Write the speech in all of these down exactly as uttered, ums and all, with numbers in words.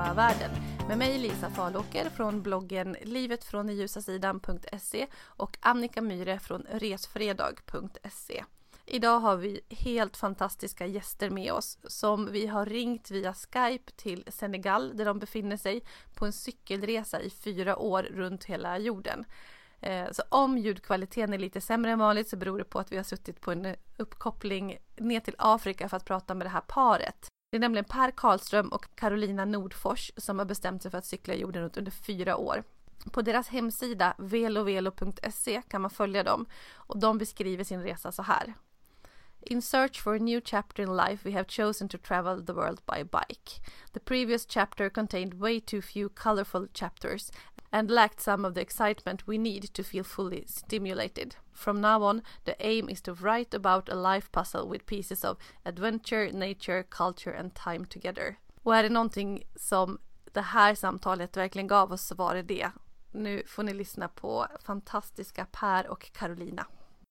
hela världen. Med mig Lisa Falåker från bloggen livet från den ljusa sidan punkt se och Annika Myhre från resfredag punkt se. Idag har vi helt fantastiska gäster med oss som vi har ringt via Skype till Senegal där de befinner sig på en cykelresa i fyra år runt hela jorden. Så om ljudkvaliteten är lite sämre än vanligt så beror det på att vi har suttit på en uppkoppling ner till Afrika för att prata med det här paret. Det är nämligen Per Karlström och Carolina Nordfors som har bestämt sig för att cykla jorden runt under fyra år. På deras hemsida velovelo punkt se kan man följa dem och de beskriver sin resa så här. In search for a new chapter in life, we have chosen to travel the world by bike. The previous chapter contained way too few colorful chapters and lacked some of the excitement we need to feel fully stimulated. From now on, the aim is to write about a life puzzle with pieces of adventure, nature, culture and time together. Och är det någonting som det här samtalet verkligen gav oss så var det det. Nu får ni lyssna på fantastiska Per och Carolina.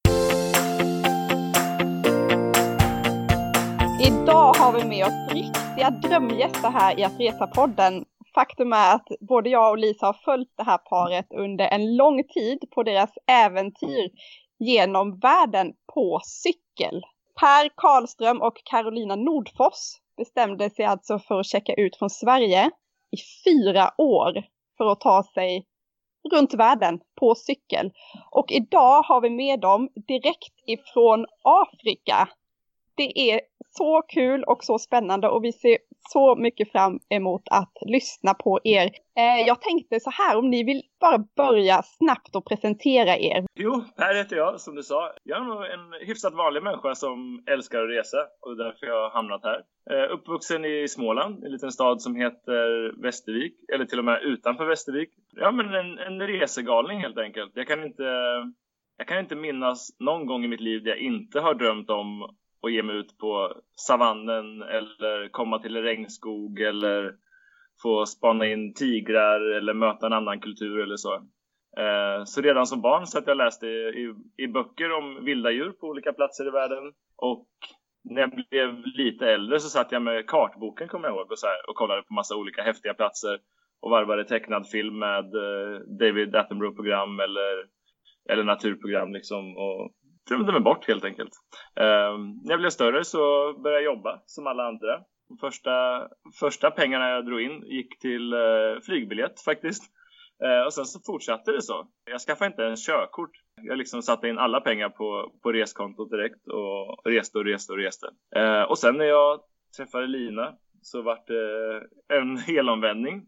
Idag har vi med oss riktiga drömgäster här i Att resa-podden. Faktum är att både jag och Lisa har följt det här paret under en lång tid på deras äventyr genom världen på cykel. Per Karlström och Carolina Nordfors bestämde sig alltså för att checka ut från Sverige i fyra år för att ta sig runt världen på cykel. Och idag har vi med dem direkt ifrån Afrika. Det är så kul och så spännande och vi ser så mycket fram emot att lyssna på er. Eh, jag tänkte så här, om ni vill bara börja snabbt och presentera er. Jo, Per heter jag, som du sa. Jag är nog en hyfsat vanlig människa som älskar att resa och det är därför jag har hamnat här. Eh, uppvuxen i Småland, en liten stad som heter Västervik, eller till och med utanför Västervik. Ja, men en, en resegalning helt enkelt. Jag kan inte, jag kan inte minnas någon gång i mitt liv där jag inte har drömt om och ge mig ut på savannen eller komma till en regnskog eller få spana in tigrar eller möta en annan kultur eller så. Eh, så redan som barn så att jag läste i, i böcker om vilda djur på olika platser i världen. Och när jag blev lite äldre så satt jag med kartboken, kommer jag ihåg, och, så här, och kollade på massa olika häftiga platser och varvade tecknad film med eh, David Attenborough-program eller, eller naturprogram liksom och drömde mig bort helt enkelt. Uh, när jag blev större så började jag jobba som alla andra. Första, första pengarna jag drog in gick till uh, flygbiljett faktiskt. Uh, och sen så fortsatte det så. Jag skaffade inte en körkort. Jag liksom satte in alla pengar på, på reskontot direkt och reste och reste och reste. Uh, och sen när jag träffade Lina så var det en helomvändning.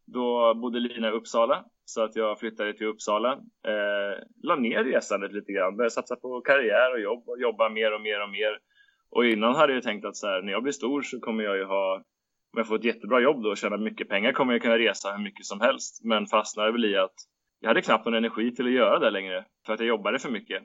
Då bodde Lina i Uppsala. Så att jag flyttade till Uppsala. Eh, la ner resandet lite grann. Började satsa på karriär och jobb. Och jobba mer och mer och mer. Och innan hade jag tänkt att så här, när jag blir stor så kommer jag ju ha... Om jag får ett jättebra jobb då och tjäna mycket pengar kommer jag kunna resa hur mycket som helst. Men fastnade väl i att jag hade knappt någon energi till att göra det längre. För att jag jobbade för mycket.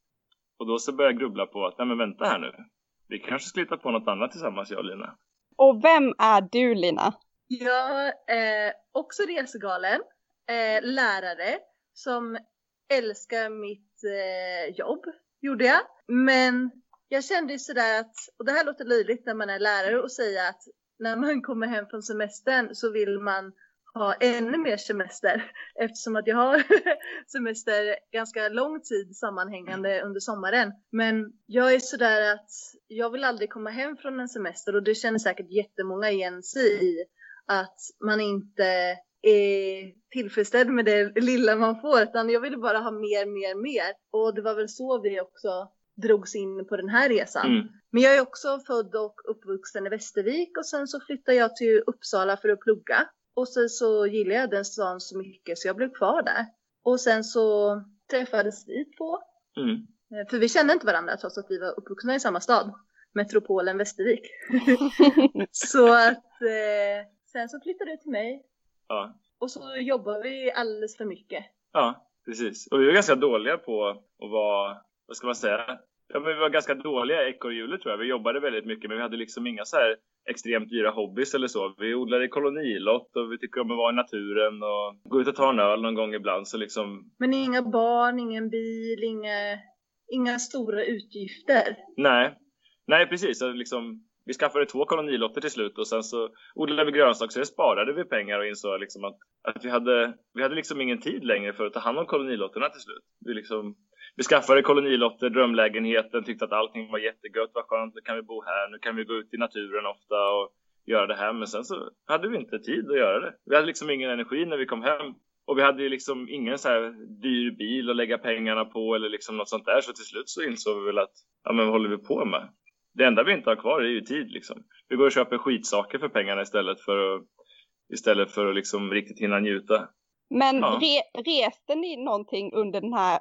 Och då så började jag grubbla på att, nej men vänta här nu. Vi kanske ska hitta på något annat tillsammans, jag och Lina. Och vem är du, Lina? Jag är också resegalen. Eh, lärare som älskar mitt eh, jobb, gjorde jag. Men jag kände ju sådär att, och det här låter löjligt när man är lärare och säga att när man kommer hem från semestern så vill man ha ännu mer semester. Eftersom att jag har semester ganska lång tid sammanhängande under sommaren. Men jag är sådär att jag vill aldrig komma hem från en semester och det känner säkert jättemånga igen sig i att man inte är tillfredsställd med det lilla man får, utan jag ville bara ha mer, mer, mer. Och det var väl så vi också drogs in på den här resan. Mm. Men jag är också född och uppvuxen i Västervik och sen så flyttade jag till Uppsala för att plugga. Och sen så gillade jag den stan så mycket så jag blev kvar där. Och sen så träffades vi på. Mm. För vi kände inte varandra trots att vi var uppvuxna i samma stad. Metropolen Västervik. Så att eh, sen så flyttade du till mig. Ja. Och så jobbar vi alldeles för mycket. Ja, precis. Och vi är ganska dåliga på att vara, vad ska man säga? Ja, men vi var ganska dåliga i ekorrhjulet tror jag. Vi jobbade väldigt mycket men vi hade liksom inga så här extremt dyra hobbys eller så. Vi odlade kolonilott och vi tycker om att vara i naturen och gå ut och ta en öl någon gång ibland. Så liksom... Men inga barn, ingen bil, inga, inga stora utgifter. Nej, Nej precis. Så liksom, vi skaffade två kolonilotter till slut och sen så odlade vi grönsaker, så sparade vi pengar och insåg liksom att, att vi hade vi hade liksom ingen tid längre för att ta hand om kolonilotterna till slut. Vi liksom vi skaffade kolonilotter, drömlägenheten, tyckte att allting var jättegött, vad skönt, nu kan vi bo här, nu kan vi gå ut i naturen ofta och göra det här. Men sen så hade vi inte tid att göra det. Vi hade liksom ingen energi när vi kom hem. Och vi hade ju liksom ingen så här dyr bil att lägga pengarna på eller liksom något sånt där. Så till slut så insåg vi väl att, ja men vad håller vi på med? Det enda vi inte har kvar är ju tid liksom. Vi går och köper skitsaker för pengarna istället för att, istället för att liksom riktigt hinna njuta. Men ja. re, reste ni någonting under den här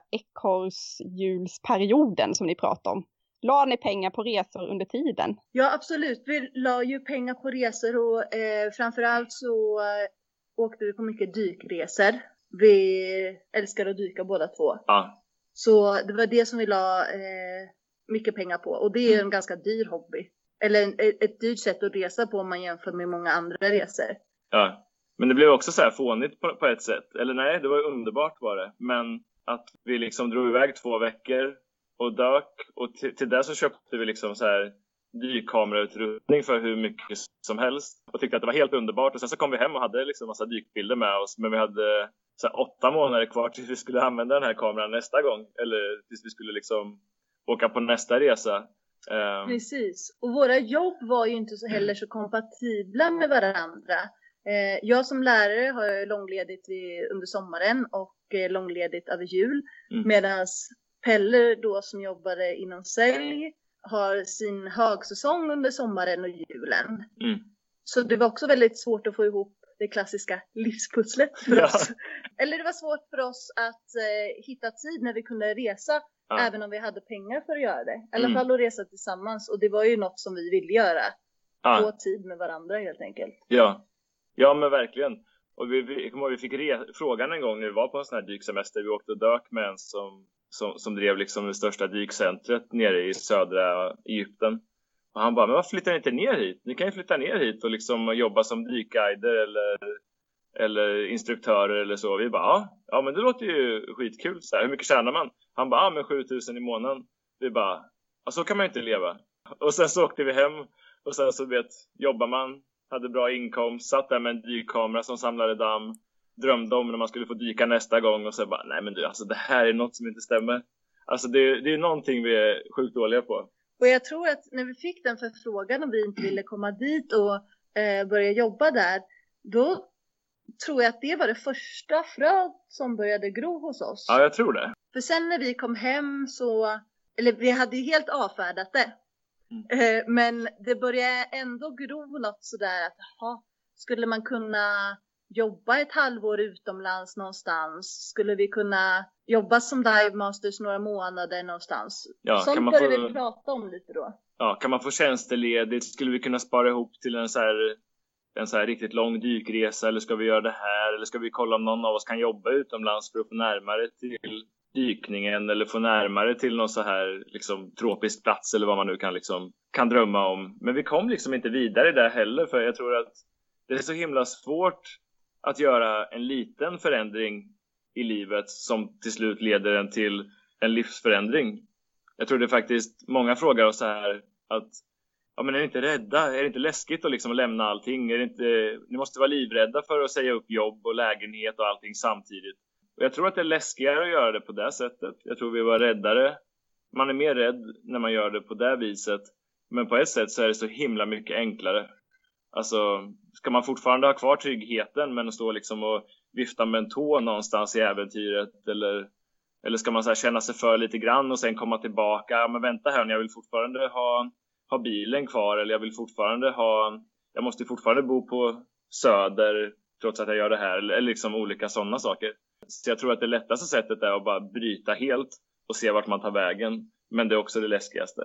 ekorrshjulsperioden som ni pratar om? La ni pengar på resor under tiden? Ja, absolut. Vi la ju pengar på resor och eh, framförallt så eh, åkte vi på mycket dykresor. Vi älskar att dyka båda två. Ja. Så det var det som vi la eh, mycket pengar på. Och det är en ganska dyr hobby. Eller en, ett dyrt sätt att resa på om man jämför med många andra resor. Ja. Men det blev också så här fånigt på, på ett sätt. Eller nej, det var underbart var det. Men att vi liksom drog iväg två veckor och dök. Och till, till det så köpte vi liksom så här dykkamerautrustning för hur mycket som helst. Och tyckte att det var helt underbart. Och sen så kom vi hem och hade liksom massa dykbilder med oss. Men vi hade så här åtta månader kvar tills vi skulle använda den här kameran nästa gång. Eller tills vi skulle liksom åka på nästa resa. Um... Precis. Och våra jobb var ju inte så heller så kompatibla med varandra. Eh, jag som lärare har långledigt under sommaren och eh, långledigt över jul. Mm. Medan Pelle då som jobbade inom sälj har sin högsäsong under sommaren och julen. Mm. Så det var också väldigt svårt att få ihop det klassiska livspusslet för ja. oss. Eller det var svårt för oss att eh, hitta tid när vi kunde resa. Ja. Även om vi hade pengar för att göra det. I alla mm. fall att resa tillsammans. Och det var ju något som vi ville göra. Ja. Få tid med varandra helt enkelt. Ja, ja men verkligen. Och vi, vi, vi fick re- frågan en gång när vi var på en sån här dyksemester. Vi åkte och dök med en som, som, som drev liksom det största dykcentret nere i södra Egypten. Och han bara, men varför flyttar ni inte ner hit? Ni kan ju flytta ner hit och liksom jobba som dykguider eller, eller instruktörer eller så. Vi bara, ja, ja men det låter ju skitkul. Så här, hur mycket tjänar man? Han bara, ja men sju tusen i månaden. Vi bara, ja så kan man ju inte leva. Och sen så åkte vi hem och sen så vet, jobbar man, hade bra inkomst, satt där med en dykkamera som samlade damm, drömde om när man skulle få dyka nästa gång och så bara, nej men du, alltså det här är något som inte stämmer. Alltså det, det är någonting vi är sjukt dåliga på. Och jag tror att när vi fick den förfrågan och vi inte ville komma dit och eh, börja jobba där, då tror jag att det var det första fröet som började gro hos oss. Ja, jag tror det. För sen när vi kom hem så, eller vi hade ju helt avfärdat det. Mm. Eh, men det började ändå gro något sådär att, aha, skulle man kunna jobba ett halvår utomlands någonstans? Skulle vi kunna jobba som dive masters några månader någonstans? Ja, sånt började få... vi prata om lite då. Ja, kan man få tjänsteledigt? Skulle vi kunna spara ihop till en så här, en så här riktigt lång dykresa? Eller ska vi göra det här? Eller ska vi kolla om någon av oss kan jobba utomlands för att få närmare till dykningen? Eller få närmare till någon så här liksom tropisk plats eller vad man nu kan, liksom, kan drömma om. Men vi kom liksom inte vidare där heller. För jag tror att det är så himla svårt att göra en liten förändring i livet som till slut leder en till en livsförändring. Jag tror det är faktiskt många frågar oss så här att, ja men är ni inte rädda? Är det inte läskigt att liksom lämna allting? Är det inte, ni måste vara livrädda för att säga upp jobb och lägenhet och allting samtidigt. Och jag tror att det är läskigare att göra det på det sättet. Jag tror vi var räddare. Man är mer rädd när man gör det på det viset. Men på ett sätt så är det så himla mycket enklare. Alltså, ska man fortfarande ha kvar tryggheten men stå liksom och vifta med en tå någonstans i äventyret? Eller, eller ska man så här känna sig för lite grann och sen komma tillbaka? Ja, men vänta här, jag vill fortfarande ha, ha bilen kvar. Eller jag vill fortfarande ha, jag måste fortfarande bo på Söder trots att jag gör det här. Eller, eller liksom olika sådana saker. Så jag tror att det lättaste sättet är att bara bryta helt och se vart man tar vägen. Men det är också det läskigaste.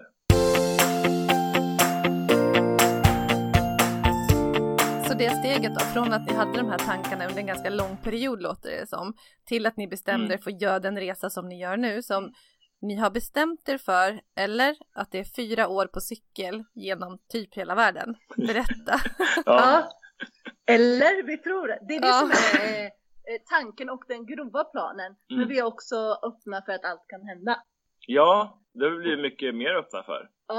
Så det steget då, från att ni hade de här tankarna under en ganska lång period låter det som, till att ni bestämde er för att göra den resa som ni gör nu, som ni har bestämt er för, eller att det är fyra år på cykel genom typ hela världen. Berätta. Ja. Ja. Eller vi tror det. Det är det ja. som är eh, tanken och den grova planen. Mm. Men vi är också öppna för att allt kan hända. Ja, det blir mycket mer öppna för. Ja.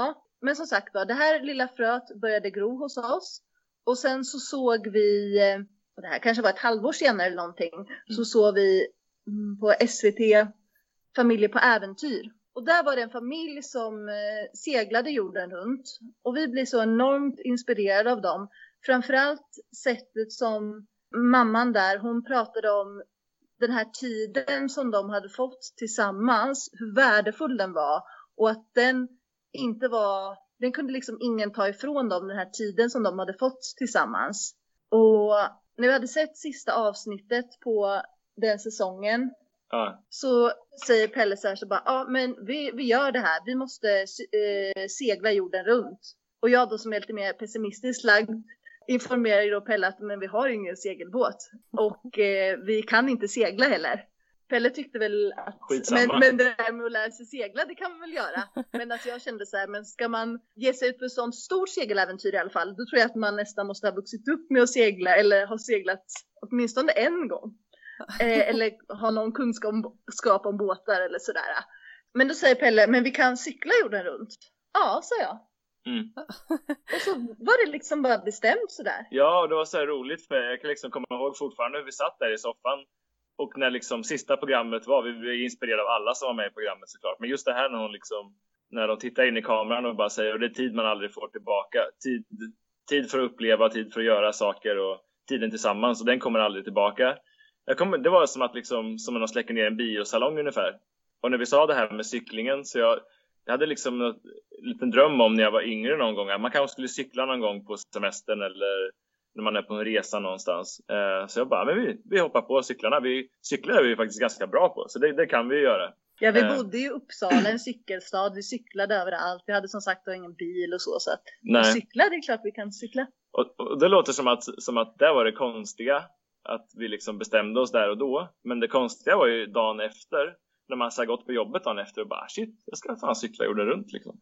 men som sagt var, det här lilla fröet började gro hos oss. Och sen så såg vi, och det här kanske var ett halvår senare eller någonting, mm. så såg vi på S V T Familjer på äventyr. Och där var det en familj som eh, seglade jorden runt. Och vi blev så enormt inspirerade av dem. Framförallt sättet som mamman där, hon pratade om den här tiden som de hade fått tillsammans. Hur värdefull den var. Och att den inte var, den kunde liksom ingen ta ifrån dem, den här tiden som de hade fått tillsammans. Och när vi hade sett sista avsnittet på den säsongen. Ja. Så säger Pelle så här så bara, ja men vi, vi gör det här. Vi måste eh, segla jorden runt. Och jag då som är lite mer pessimistiskt lagd informerar ju då Pelle att men vi har ingen segelbåt. Och eh, vi kan inte segla heller. Pelle tyckte väl att men, men det där med att lära sig segla, det kan man väl göra. Men att jag kände så här, men ska man ge sig ut på ett sånt stort segeläventyr i alla fall, då tror jag att man nästan måste ha vuxit upp med att segla eller ha seglat åtminstone en gång. Eh, eller ha någon kunskap om båtar eller sådär. Men då säger Pelle, men vi kan cykla jorden runt. Ja, sa jag. Mm. Och så var det liksom bara bestämt sådär. Ja, och det var så här roligt för jag kan liksom komma ihåg fortfarande hur vi satt där i soffan. Och när liksom sista programmet var, vi blev inspirerade av alla som var med i programmet såklart. Men just det här när hon liksom, när de tittar in i kameran och bara säger, och det är tid man aldrig får tillbaka. Tid, tid för att uppleva, tid för att göra saker och tiden tillsammans. Och den kommer aldrig tillbaka. Jag kom, det var som att liksom, som att de släcker ner en biosalong ungefär. Och när vi sa det här med cyklingen så jag, jag hade liksom en liten dröm om när jag var yngre någon gång. Man kanske skulle cykla någon gång på semestern eller när man är på en resa någonstans. Eh, så jag bara, men vi, vi hoppar på cyklarna. Vi cyklar är vi faktiskt ganska bra på, så det, det kan vi göra. Ja, vi bodde i Uppsala, en cykelstad. Vi cyklade överallt. Vi hade som sagt då ingen bil och så. Så att vi cyklade, det är klart vi kan cykla. Och, och det låter som att, som att det var det konstiga. Att vi liksom bestämde oss där och då. Men det konstiga var ju dagen efter. När man så har gått på jobbet dagen efter och bara, shit, jag ska fan cykla jorden runt liksom.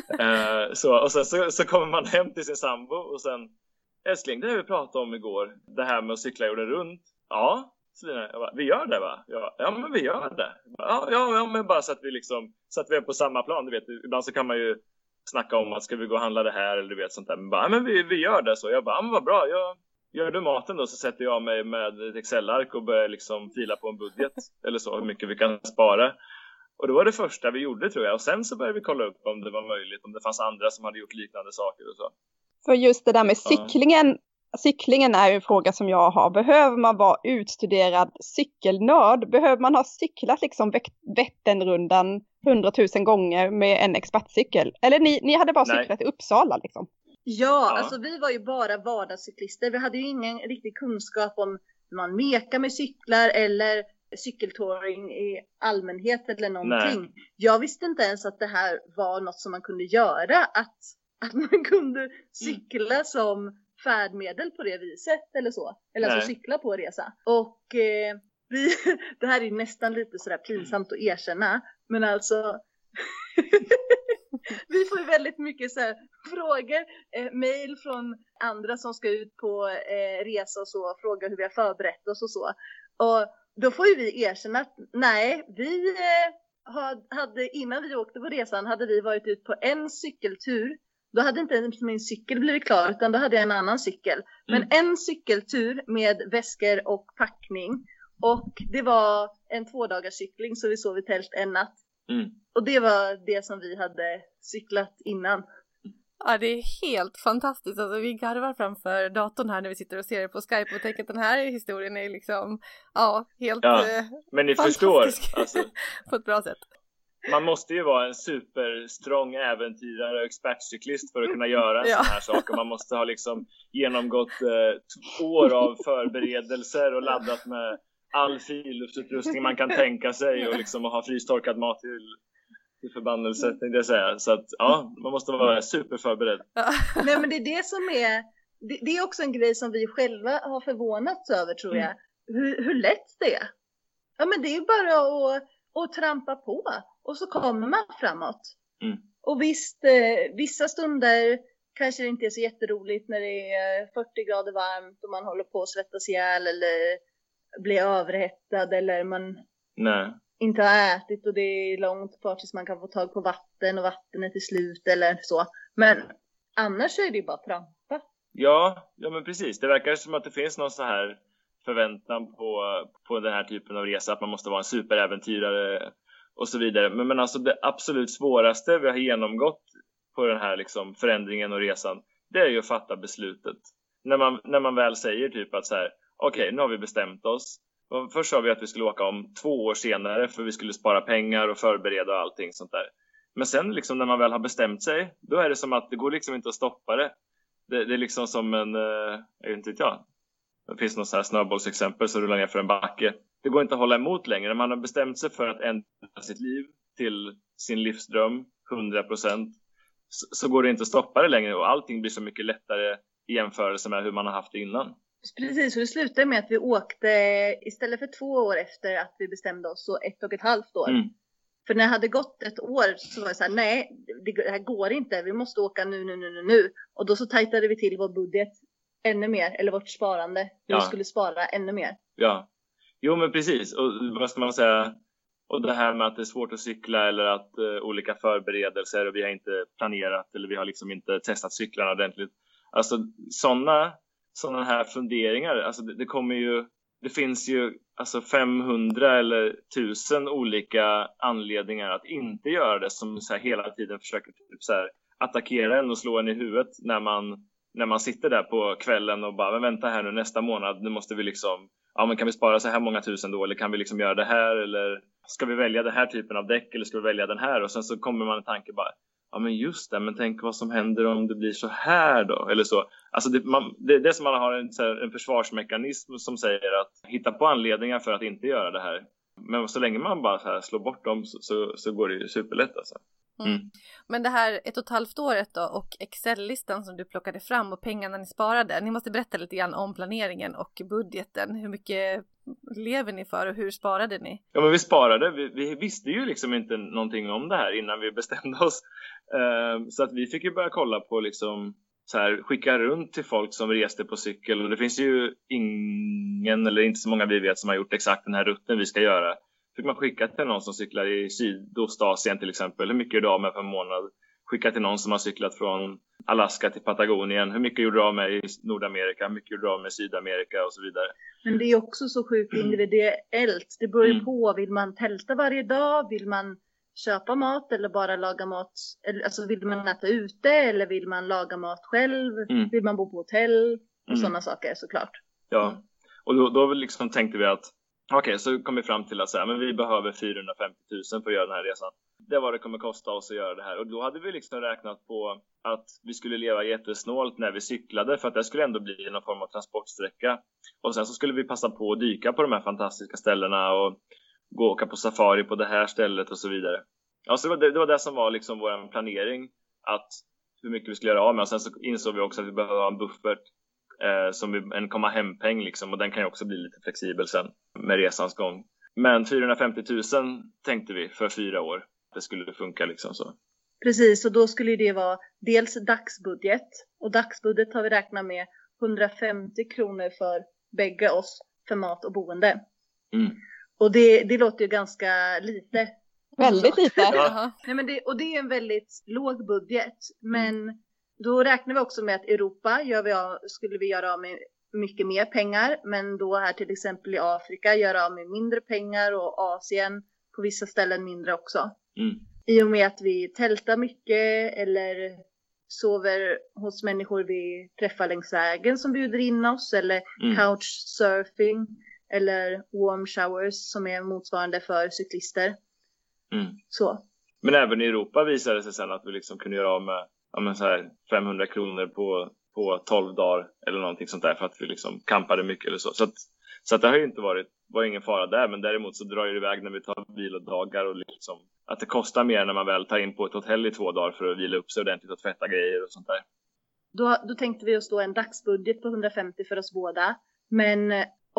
eh, så, och sen så, så kommer man hem till sin sambo och sen, älskling, det har vi pratat om igår. Det här med att cykla jorden runt. Ja, Selina, jag bara, vi gör det va? Ja, ja men vi gör det. Ja, ja, ja, men bara så att vi liksom, så att vi är på samma plan, du vet. Ibland så kan man ju snacka om att ska vi gå och handla det här eller du vet sånt där. Men bara, ja, men vi, vi gör det så. Jag bara, ja men vad bra, jag... Gör du maten då så sätter jag mig med ett Excel-ark och börjar liksom fila på en budget eller så, hur mycket vi kan spara. Och det var det första vi gjorde tror jag. Och sen så började vi kolla upp om det var möjligt, om det fanns andra som hade gjort liknande saker och så. För just det där med cyklingen, ja. Cyklingen är ju en fråga som jag har. Behöver man vara utstuderad cykelnörd? Behöver man ha cyklat liksom Vätternrundan hundratusen gånger med en expertcykel? Eller ni, ni hade bara cyklat Nej. i Uppsala liksom? Ja, ja, alltså vi var ju bara vardagscyklister. Vi hade ju ingen riktig kunskap om hur man mekar med cyklar eller cykeltouring i allmänhet eller någonting. Nej. Jag visste inte ens att det här var något som man kunde göra. Att, att man kunde cykla mm. som färdmedel på det viset eller så. Eller Nej. alltså cykla på resa. Och eh, vi, det här är nästan lite sådär pinsamt att erkänna. Men alltså... Vi får ju väldigt mycket så här frågor, eh, mejl från andra som ska ut på eh, resa och så, frågar hur vi har förberett oss och så. Och då får ju vi erkänna att nej, vi eh, hade, innan vi åkte på resan hade vi varit ut på en cykeltur. Då hade inte ens min cykel blivit klar utan då hade jag en annan cykel. Men mm. en cykeltur med väskor och packning. Och det var en två dagars cykling så vi sov i tält en natt. Mm. Och det var det som vi hade cyklat innan. Ja, det är helt fantastiskt. Alltså, vi garvar framför datorn här när vi sitter och ser det på Skype och tänker att den här historien är liksom, ja, helt ja, eh, men ni förstår, alltså, på ett bra sätt. Man måste ju vara en superstrong äventyrare och expertcyklist för att kunna göra en ja. sån här sak. Och man måste ha liksom genomgått eh, år av förberedelser och laddat med all friluftsutrustning man kan tänka sig och liksom ha frystorkad mat till, till förbannelse, tänkte jag säga. Så att ja, man måste vara superförberedd. Nej, men det är det som är det, det är också en grej som vi själva har förvånats över, tror jag. Mm. Hur, hur lätt det är. Ja, men det är bara att, att trampa på och så kommer man framåt. Mm. Och visst, eh, vissa stunder kanske det inte är så jätteroligt när det är fyrtio grader varmt och man håller på att svettas ihjäl eller bli överhettad eller man... Nej. inte har ätit och det är långt kvar tills man kan få tag på vatten och vattnet är slut eller så. Men annars är det ju bara trampa. Ja, ja men precis. Det verkar som att det finns någon så här förväntan på, på den här typen av resa. Att man måste vara en superäventyrare och så vidare. Men, men alltså det absolut svåraste vi har genomgått på den här liksom förändringen och resan, det är ju att fatta beslutet. När man, när man väl säger typ att så här, okej, okay, nu har vi bestämt oss. Först sa vi att vi skulle åka om två år senare för vi skulle spara pengar och förbereda och allting sånt där. Men sen liksom när man väl har bestämt sig, då är det som att det går liksom inte att stoppa det. Det, det är liksom som en, eh, jag vet inte jag. Det finns något så här snöbollsexempel så rullar ner för en backe. Det går inte att hålla emot längre. När man har bestämt sig för att ändra sitt liv till sin livsdröm, hundra procent, så, så går det inte att stoppa det längre. Och allting blir så mycket lättare i jämförelse med hur man har haft det innan. Precis, så det slutade med att vi åkte istället för två år efter att vi bestämde oss, så ett och ett halvt år. Mm. För när det hade gått ett år så var det så här, nej, det här går inte. Vi måste åka nu, nu, nu, nu, nu. Och då så tajtade vi till vår budget ännu mer, eller vårt sparande. Vi ja. skulle spara ännu mer. Ja, jo men precis. Och vad ska man säga? Och det här med att det är svårt att cykla eller att uh, olika förberedelser och vi har inte planerat eller vi har liksom inte testat cyklarna ordentligt. Alltså sådana sådana här funderingar, alltså det, det kommer ju, det finns ju alltså femhundra eller tusen olika anledningar att inte göra det som så här hela tiden försöker typ så här attackera en och slå en i huvudet när man när man sitter där på kvällen och bara, men vänta här nu nästa månad, nu måste vi liksom, ja men kan vi spara så här många tusen då, eller kan vi liksom göra det här, eller ska vi välja den här typen av däck eller ska vi välja den här, och sen så kommer man en tanke bara, ja men just det, men tänk vad som händer om det blir så här då, eller så. Alltså det, man, det, det är som man har en, så här, en försvarsmekanism som säger att hitta på anledningar för att inte göra det här. Men så länge man bara så här slår bort dem så, så, så går det ju superlätt alltså. Mm. Mm. Men det här ett och ett halvt året då och Excel-listan som du plockade fram och pengarna ni sparade. Ni måste berätta lite grann om planeringen och budgeten. Hur mycket lever ni för och hur sparade ni? Ja men vi sparade. Vi, vi visste ju liksom inte någonting om det här innan vi bestämde oss. Uh, så att vi fick ju börja kolla på liksom så här, skicka runt till folk som reste på cykel. Och det finns ju ingen eller inte så många vi vet som har gjort exakt den här rutten vi ska göra. Fick man skicka till någon som cyklar i Sydostasien till exempel. Hur mycket är du av med per månad? Skicka till någon som har cyklat från Alaska till Patagonien. Hur mycket gjorde du av med i Nordamerika? Hur mycket gjorde du av med i Sydamerika och så vidare. Men det är också så sjukt individuellt. Det beror ju mm. på. Vill man tälta varje dag? Vill man köpa mat eller bara laga mat? Alltså vill man äta ute eller vill man laga mat själv? Mm. Vill man bo på hotell? Och mm. sådana saker såklart. Ja, och då, då liksom tänkte vi att okej, okay, så kom vi fram till att säga, men vi behöver fyrahundrafemtio tusen för att göra den här resan. Det var det kommer kosta oss att göra det här. Och då hade vi liksom räknat på att vi skulle leva jättesnålt när vi cyklade, för att det skulle ändå bli någon form av transportsträcka. Och sen så skulle vi passa på att dyka på de här fantastiska ställena och gå och åka på safari på det här stället och så vidare. Ja, så det var det, det var det som var liksom vår planering, att hur mycket vi skulle göra av med. Och sen så insåg vi också att vi behöver ha en buffert. Eh, som vi, en komma hem-peng liksom, och den kan ju också bli lite flexibel sen med resans gång. Men fyrahundrafemtio tusen tänkte vi för fyra år. Det skulle funka liksom så. Precis, och då skulle det vara dels dagsbudget. Och dagsbudget har vi räknat med hundrafemtio kronor för bägge oss för mat och boende. Mm. Och det, det låter ju ganska lite. Väldigt lite. Ja. Nej, men det, och det är en väldigt låg budget. Men mm. då räknar vi också med att Europa gör vi av, skulle vi göra av med mycket mer pengar. Men då här till exempel i Afrika göra av med mindre pengar och Asien på vissa ställen mindre också. Mm. I och med att vi tältar mycket eller sover hos människor vi träffar längs vägen som bjuder in oss. Eller mm. couchsurfing eller warm showers som är motsvarande för cyklister. Mm. Så. Men även i Europa visade det sig sen att vi liksom kunde göra av med ja, men så här femhundra kronor på, på tolv dagar eller någonting sånt där för att vi liksom kampade mycket eller så. Så att, så att det har ju inte varit, var ingen fara där, men däremot så drar det iväg när vi tar vilodagar och liksom att det kostar mer när man väl tar in på ett hotell i två dagar för att vila upp sig ordentligt och tvätta grejer och sånt där. Då, då tänkte vi oss då en dagsbudget på hundrafemtio för oss båda, men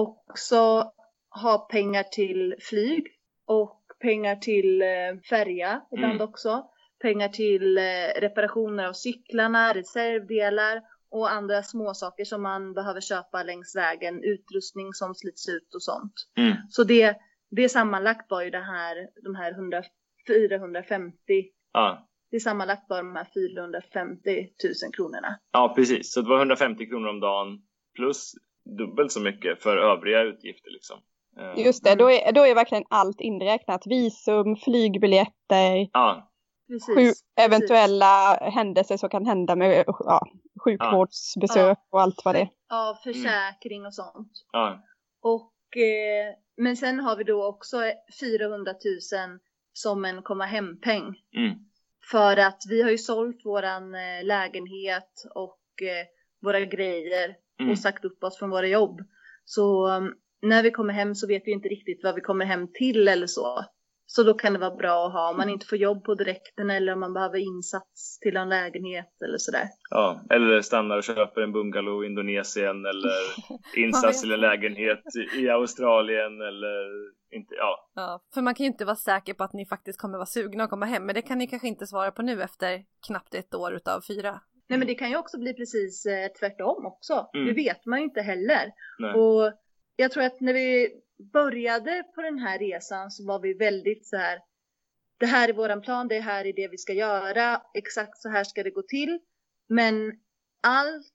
också ha pengar till flyg och pengar till färja ibland mm. också. Pengar till reparationer av cyklarna, reservdelar och andra små saker som man behöver köpa längs vägen. Utrustning som slits ut och sånt. Mm. Så det, det sammanlagt var ju det här, de här hundra, fyrahundrafemtio. Ja. Det sammanlagt var de här fyrahundrafemtio tusen kronorna. Ja, precis. Så det var hundrafemtio kronor om dagen plus dubbelt så mycket för övriga utgifter liksom. Just det, då är, då är verkligen allt inräknat. Visum, flygbiljetter, Ja. Precis, sju, precis. eventuella händelser som kan hända med ja, sjukvårdsbesök Ja. och allt vad det är. Ja, försäkring och sånt. Ja. Och, eh, men sen har vi då också fyrahundratusen som en komma hem-peng. Mm. För att vi har ju sålt våran eh, lägenhet och eh, våra grejer Mm. och sagt upp oss från våra jobb. Så um, när vi kommer hem så vet vi inte riktigt vad vi kommer hem till eller så. Så då kan det vara bra att ha om man inte får jobb på direkten eller om man behöver insats till en lägenhet eller sådär. Ja, eller stannar och köper en bungalow i Indonesien eller insats till en lägenhet i Australien eller inte, ja. Ja, för man kan ju inte vara säker på att ni faktiskt kommer vara sugna att komma hem. Men det kan ni kanske inte svara på nu efter knappt ett år utav fyra. Nej, men det kan ju också bli precis eh, tvärtom också. Mm. Det vet man ju inte heller. Nej. Och jag tror att när vi började på den här resan så var vi väldigt så här. Det här är våran plan, det här är det vi ska göra. Exakt så här ska det gå till. Men allt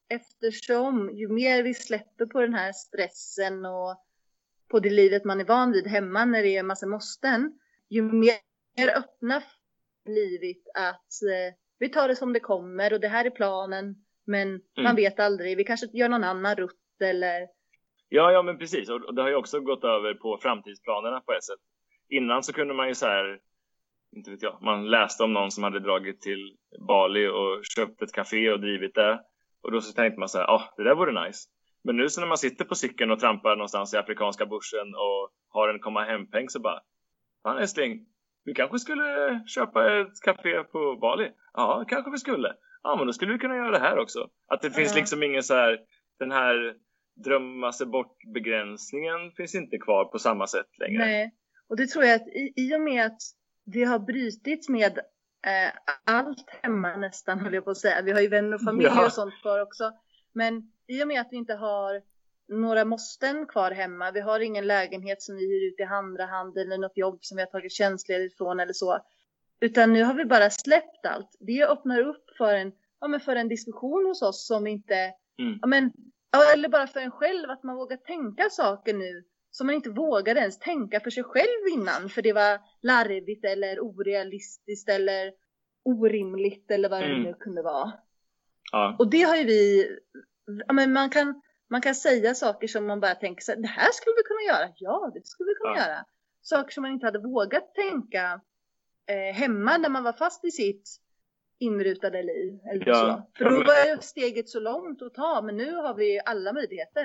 eftersom, ju mer vi släpper på den här stressen och på det livet man är van vid hemma när det är en massa måsten. Ju mer öppna blivit att eh, vi tar det som det kommer och det här är planen. Men mm. man vet aldrig, vi kanske gör någon annan rutt eller... Ja, ja men precis. Och det har ju också gått över på framtidsplanerna på ett sätt. Innan så kunde man ju så här, inte vet jag, man läste om någon som hade dragit till Bali och köpt ett café och drivit det. Och då så tänkte man så här, ja, ah, det där vore nice. Men nu så när man sitter på cykeln och trampar någonstans i afrikanska bushen och har en komma hem-peng så bara, fan älskling, vi kanske skulle köpa ett café på Bali. Ja, kanske vi skulle. Ja, men då skulle vi kunna göra det här också. Att det mm. finns liksom ingen så här, den här drömma sig bort begränsningen finns inte kvar på samma sätt längre. Nej, och det tror jag att i, i och med att det har brutits med eh, allt hemma nästan, höll jag på att säga. Vi har ju vänner och familj ja. och sånt kvar också. Men i och med att vi inte har några måsten kvar hemma. Vi har ingen lägenhet som vi hyr ut i andra hand eller något jobb som vi har tagit tjänstledigt från eller så. Utan nu har vi bara släppt allt. Det öppnar upp för en, ja, men för en diskussion hos oss som inte... Mm. Ja, men, eller bara för en själv att man vågar tänka saker nu som man inte vågade ens tänka för sig själv innan. För det var larvigt eller orealistiskt eller orimligt eller vad Mm. det nu kunde vara. Ja. Och det har ju vi... Ja, men man kan... Man kan säga saker som man bara tänker så här, det här skulle vi kunna göra. Ja, det skulle vi kunna Ja. göra. Saker som man inte hade vågat tänka eh, hemma när man var fast i sitt inrutade liv. Eller Ja. så. För då var ju steget så långt att ta, men nu har vi alla möjligheter.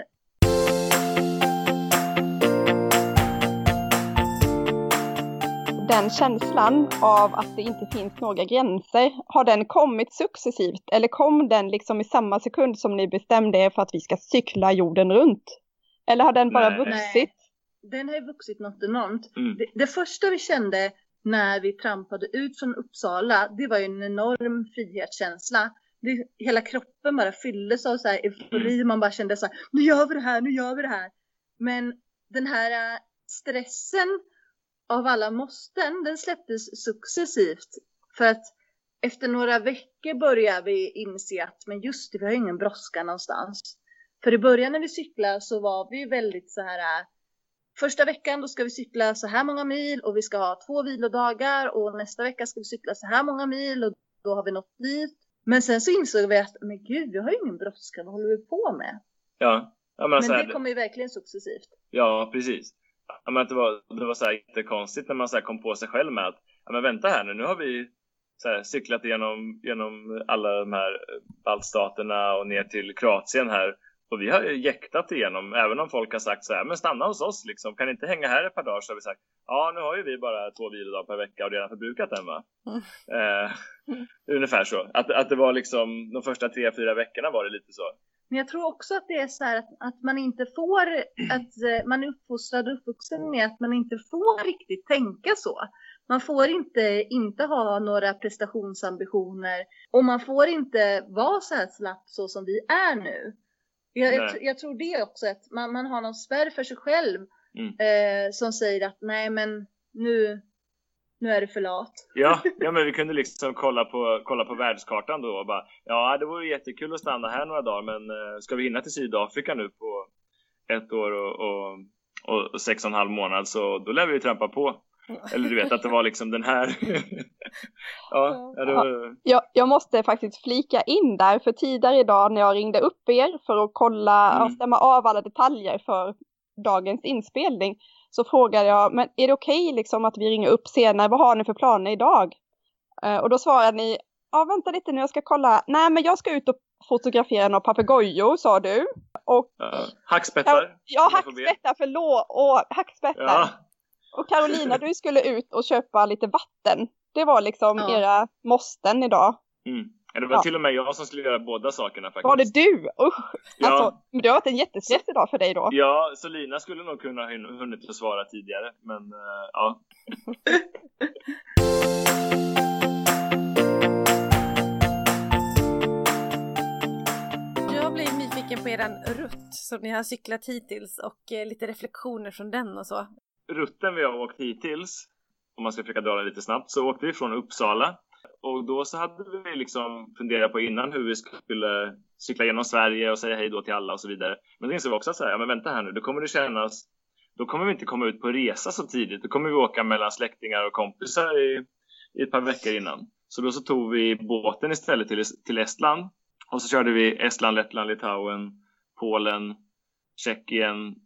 Den känslan av att det inte finns några gränser, har den kommit successivt? Eller kom den liksom i samma sekund som ni bestämde er för att vi ska cykla jorden runt? Eller har den bara Nej. vuxit? Nej. Den har ju vuxit något enormt. Mm. Det, det första vi kände när vi trampade ut från Uppsala, det var ju en enorm frihetskänsla. Det, hela kroppen bara fylldes av så här eufori. Man bara kände så här, nu gör vi det här, nu gör vi det här. Men den här äh, stressen av alla måsten, den släpptes successivt. För att efter några veckor började vi inse att, men just det, vi har ingen brådska någonstans. För i början när vi cyklade så var vi väldigt så här, äh, första veckan då ska vi cykla så här många mil och vi ska ha två vilodagar och nästa vecka ska vi cykla så här många mil och då har vi nått dit. Men sen så insåg vi att, men gud, vi har ju ingen brådska, vad håller vi på med? Ja. Ja, men Men så här, det kommer ju verkligen successivt. Ja, precis. Ja, men att det var, det var så här jättekonstigt när man så här kom på sig själv med att, ja, men vänta här nu, nu har vi så här cyklat igenom, genom alla de här baltstaterna och ner till Kroatien här. Och vi har ju jäktat igenom, även om folk har sagt så här, men stanna hos oss liksom, kan inte hänga här ett par dagar, så har vi sagt, ja nu har ju vi bara två vilodagar per vecka och redan förbrukat den va? Mm. Eh, ungefär så, att, att det var liksom, de första tre, fyra veckorna var det lite så. Men jag tror också att det är så här att, att man inte får, att man är uppfostrad och uppvuxen med att man inte får riktigt tänka så. Man får inte, inte ha några prestationsambitioner och man får inte vara så här slapp så som vi är nu. Jag, jag, jag tror det också, att man, man har någon spärr för sig själv Mm. Eh, som säger att nej men nu, nu är det för lat. Ja, ja, men vi kunde liksom kolla på, kolla på världskartan då och bara, ja det vore jättekul att stanna här några dagar, men eh, ska vi hinna till Sydafrika nu på ett år och, och, och sex och en halv månad, så då lär vi ju trampa på. Eller du vet att det var liksom den här. ja, det var... jag, jag måste faktiskt flika in där, för tidigare idag när jag ringde upp er för att kolla och Mm. stämma av alla detaljer för dagens inspelning, så frågade jag, men är det okej liksom att vi ringer upp senare, vad har ni för planer idag? Uh, och då svarade ni, ja vänta lite nu, jag ska kolla, nej men jag ska ut och fotografera några papegojor, sa du. Och Ja, hackspettar. Ja, ja hackspettar, förlåt, och hackspettar. Ja. Och Carolina, du skulle ut och köpa lite vatten. Det var liksom Ja. era måsten idag. Mm. Det var Ja. till och med jag som skulle göra båda sakerna faktiskt. Var det du? Usch. Ja. Alltså, men det har varit en jättestress idag för dig då. Ja, så Lina skulle nog kunna ha hun- hunnit att svara tidigare. Men uh, ja. Jag blir nyfiken på eran rutt som ni har cyklat hittills och eh, lite reflektioner från den och så. Rutten vi har åkt hittills, om man ska försöka dra den lite snabbt, så åkte vi från Uppsala. Och då så hade vi liksom funderat på innan hur vi skulle cykla genom Sverige och säga hej då till alla och så vidare. Men då insåg vi också att säga, ja men vänta här nu, då kommer det kännas, då kommer vi inte komma ut på resa så tidigt. Då kommer vi åka mellan släktingar och kompisar i, i ett par veckor innan. Så då så tog vi båten istället till, till Estland. Och så körde vi Estland, Lettland, Litauen, Polen, Tjeckien,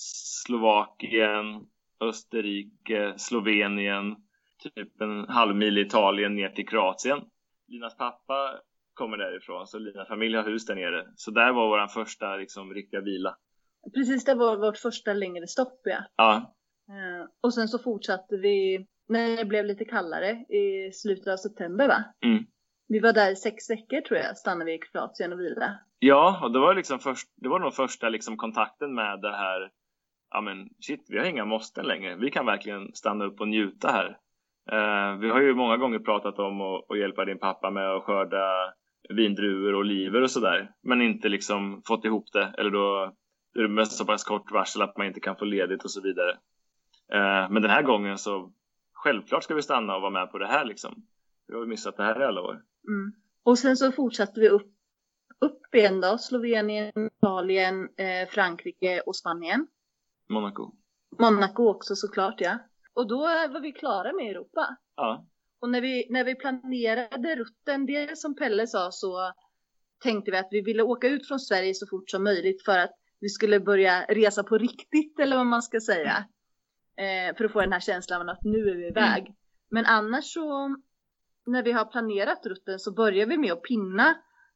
Slovakien, Österrike, Slovenien, typ en halv mil i Italien ner till Kroatien. Linas pappa kommer därifrån, så Linas familj har hus där nere. Så där var vår första liksom, riktiga vila. Precis, det var vårt första längre stopp, ja. Ja, Eh, och sen så fortsatte vi när det blev lite kallare i slutet av september, va? mm. Vi var där i sex veckor tror jag, stannade vi i Kroatien och vilade. Ja, och det var liksom först, det var nog första liksom kontakten med det här. Ja men shit, vi har inga måsten längre. Vi kan verkligen stanna upp och njuta här. Uh, vi har ju många gånger pratat om att, att hjälpa din pappa med att skörda vindruvor och oliver och sådär. Men inte liksom fått ihop det. Eller då är det mest så pass kort varsel att man inte kan få ledigt och så vidare. Uh, men den här gången så självklart ska vi stanna och vara med på det här liksom. Vi har ju missat det här i alla år. Mm. Och sen så fortsatte vi upp, upp igen då. Slovenien, Italien, eh, Frankrike och Spanien. Monaco. Monaco också såklart, ja. Och då var vi klara med Europa. Ja. Och när vi, när vi planerade rutten, det som Pelle sa, så tänkte vi att vi ville åka ut från Sverige så fort som möjligt för att vi skulle börja resa på riktigt, eller vad man ska säga. Eh, för att få den här känslan av att nu är vi iväg. Mm. Men annars så, när vi har planerat rutten så börjar vi med att pinna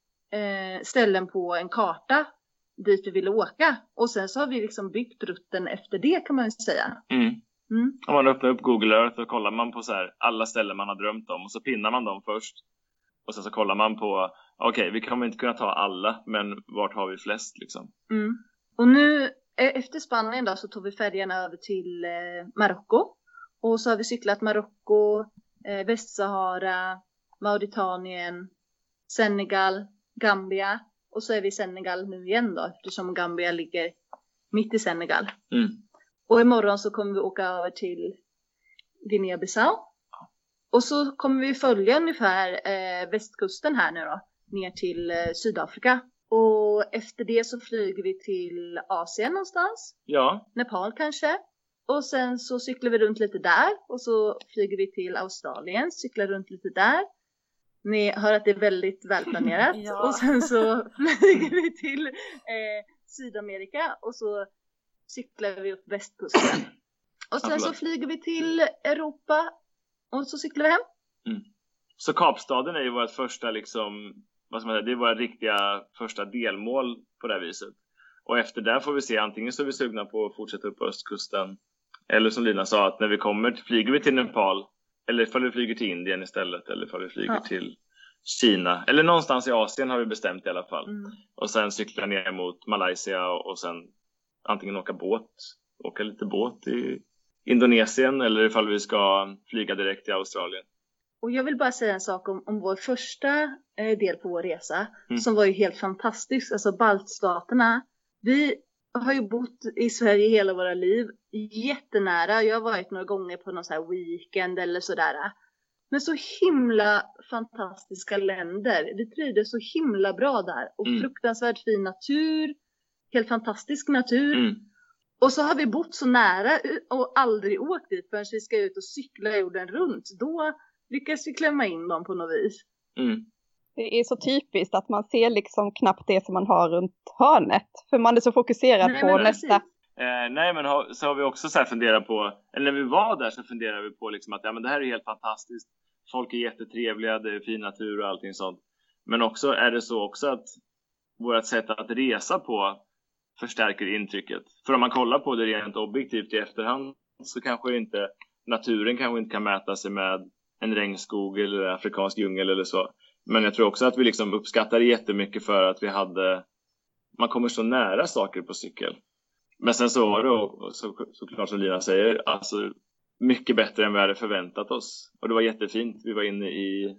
eh, ställen på en karta dit vi ville åka. Och sen så har vi liksom byggt rutten efter det, kan man ju säga. Mm. Mm. Om man öppnar upp Google Earth och kollar man på så här alla ställen man har drömt om, och så pinnar man dem först. Och sen så kollar man på, okej, okay, vi kommer inte kunna ta alla, men vart har vi flest liksom. Mm. Och nu efter Spanien då så tog vi färjan över till eh, Marocko. Och så har vi cyklat Marocko, eh, Västsahara, Mauritanien, Senegal, Gambia. Och så är vi i Senegal nu igen då, eftersom Gambia ligger mitt i Senegal. Mm. Och imorgon så kommer vi åka över till Guinea-Bissau. Och så kommer vi följa ungefär eh, västkusten här nu då, ner till eh, Sydafrika. Och efter det så flyger vi till Asien någonstans. Ja. Nepal kanske. Och sen så cyklar vi runt lite där. Och så flyger vi till Australien, cyklar runt lite där. Ni hör att det är väldigt välplanerat. Ja. Och sen så flyger vi till eh, Sydamerika. Och så cyklar vi upp västkusten. Och sen så flyger vi till Europa. Och så cyklar vi hem. Mm. Så Kapstaden är ju vårt första liksom, vad ska man säga, det är våra riktiga första delmål på det här viset. Och efter det får vi se, antingen så är vi sugna på att fortsätta upp på östkusten. Eller som Lina sa, att när vi kommer, flyger vi till Nepal. Eller ifall vi flyger till Indien istället. Eller ifall vi flyger ja. till Kina. Eller någonstans i Asien har vi bestämt i alla fall. Mm. Och sen cykla ner mot Malaysia och sen antingen åka båt. Åka lite båt i Indonesien, eller ifall vi ska flyga direkt till Australien. Och jag vill bara säga en sak om, om vår första eh, del på vår resa. Mm. Som var ju helt fantastisk. Alltså baltstaterna. Vi har ju bott i Sverige hela våra liv. Jättenära. Jag har varit några gånger på någon så här weekend eller sådär. Men så himla fantastiska länder. Vi trivdes så himla bra där. Och mm. fruktansvärt fin natur. Helt fantastisk natur. Mm. Och så har vi bott så nära och aldrig åkt dit förrän vi ska ut och cykla jorden runt. Då lyckas vi klämma in dem på något vis. Mm. Det är så typiskt att man ser liksom knappt det som man har runt hörnet. För man är så fokuserad nej, på nästa. Eh, nej men ha, så har vi också så här funderat på. Eller när vi var där så funderade vi på liksom att ja, men det här är helt fantastiskt. Folk är jättetrevliga, det är fin natur och allting sånt. Men också är det så också att vårt sätt att resa på förstärker intrycket. För om man kollar på det rent objektivt i efterhand så kanske inte naturen kanske inte kan mäta sig med en regnskog eller afrikansk djungel eller så. Men jag tror också att vi liksom uppskattar det jättemycket för att vi hade, man kommer så nära saker på cykel. Men sen så var det, och så, såklart som Lina säger, alltså mycket bättre än vi hade förväntat oss. Och det var jättefint, vi var inne i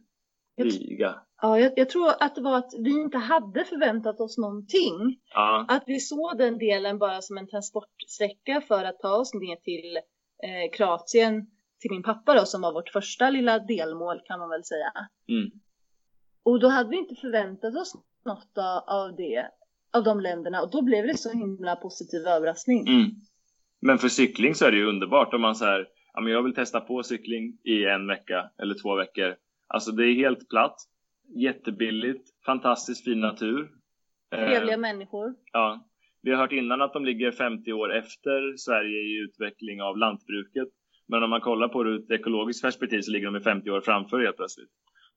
Riga. Ja, jag, jag tror att det var att vi inte hade förväntat oss någonting. Ja. Att vi såg den delen bara som en transportsträcka för att ta oss ner till eh, Kroatien, till min pappa då, som var vårt första lilla delmål kan man väl säga. Mm. Och då hade vi inte förväntat oss något av det, av de länderna. Och då blev det så himla positiv överraskning. Mm. Men för cykling så är det ju underbart om man så här, ja men jag vill testa på cykling i en vecka eller två veckor. Alltså det är helt platt, jättebilligt, fantastiskt fin natur. Trevliga eh, människor. Ja, vi har hört innan att de ligger femtio år efter Sverige i utveckling av lantbruket. Men om man kollar på det ur ett ekologiskt perspektiv så ligger de i femtio år framför helt plötsligt.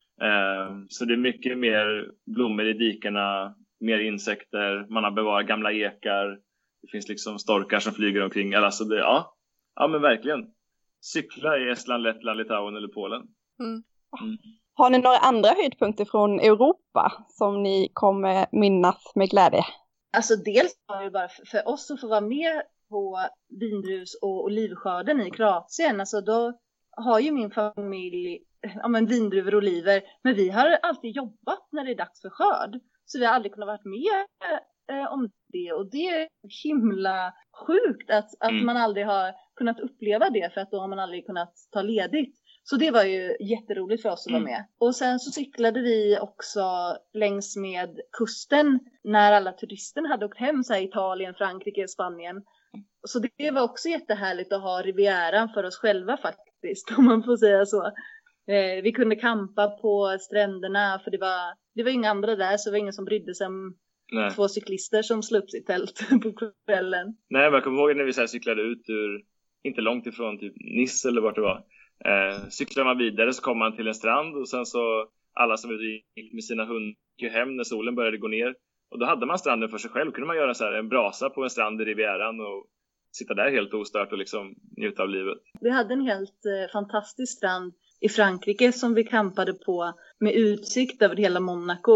Eh, så det är mycket mer blommor i dikerna, mer insekter, man har bevarat gamla ekar. Det finns liksom storkar som flyger omkring. Alltså det, ja, ja men verkligen. Cykla i Estland, Lettland, Litauen eller Polen. Mm. Mm. Har ni några andra höjdpunkter från Europa som ni kommer minnas med glädje? Alltså dels var det bara för, för oss att få vara med på vindrus- och olivskörden i Kroatien. Alltså då har ju min familj ja, men vindruvor och oliver. Men vi har alltid jobbat när det är dags för skörd. Så vi har aldrig kunnat vara med eh, om det. Och det är himla sjukt att, att mm. man aldrig har kunnat uppleva det. För att då har man aldrig kunnat ta ledigt. Så det var ju jätteroligt för oss att vara med. Mm. Och sen så cyklade vi också längs med kusten när alla turister hade åkt hem, så här Italien, Frankrike, Spanien. Så det var också jättehärligt att ha Rivieran för oss själva faktiskt, om man får säga så. Eh, vi kunde kampa på stränderna för det var, det var inga andra där, så det var ingen som brydde sig om Nej. två cyklister som slog upp sitt tält på kvällen. Nej, men jag kommer ihåg när vi så här cyklade ut ur, inte långt ifrån typ Nice eller vart det var. Eh, cyklar man vidare så kommer man till en strand och sen så alla som gick med sina hundar gick hem när solen började gå ner. Och då hade man stranden för sig själv. Kunde man göra så här en brasa på en strand i Rivieran och sitta där helt ostört och liksom njuta av livet. Vi hade en helt eh, fantastisk strand i Frankrike som vi campade på med utsikt över hela Monaco.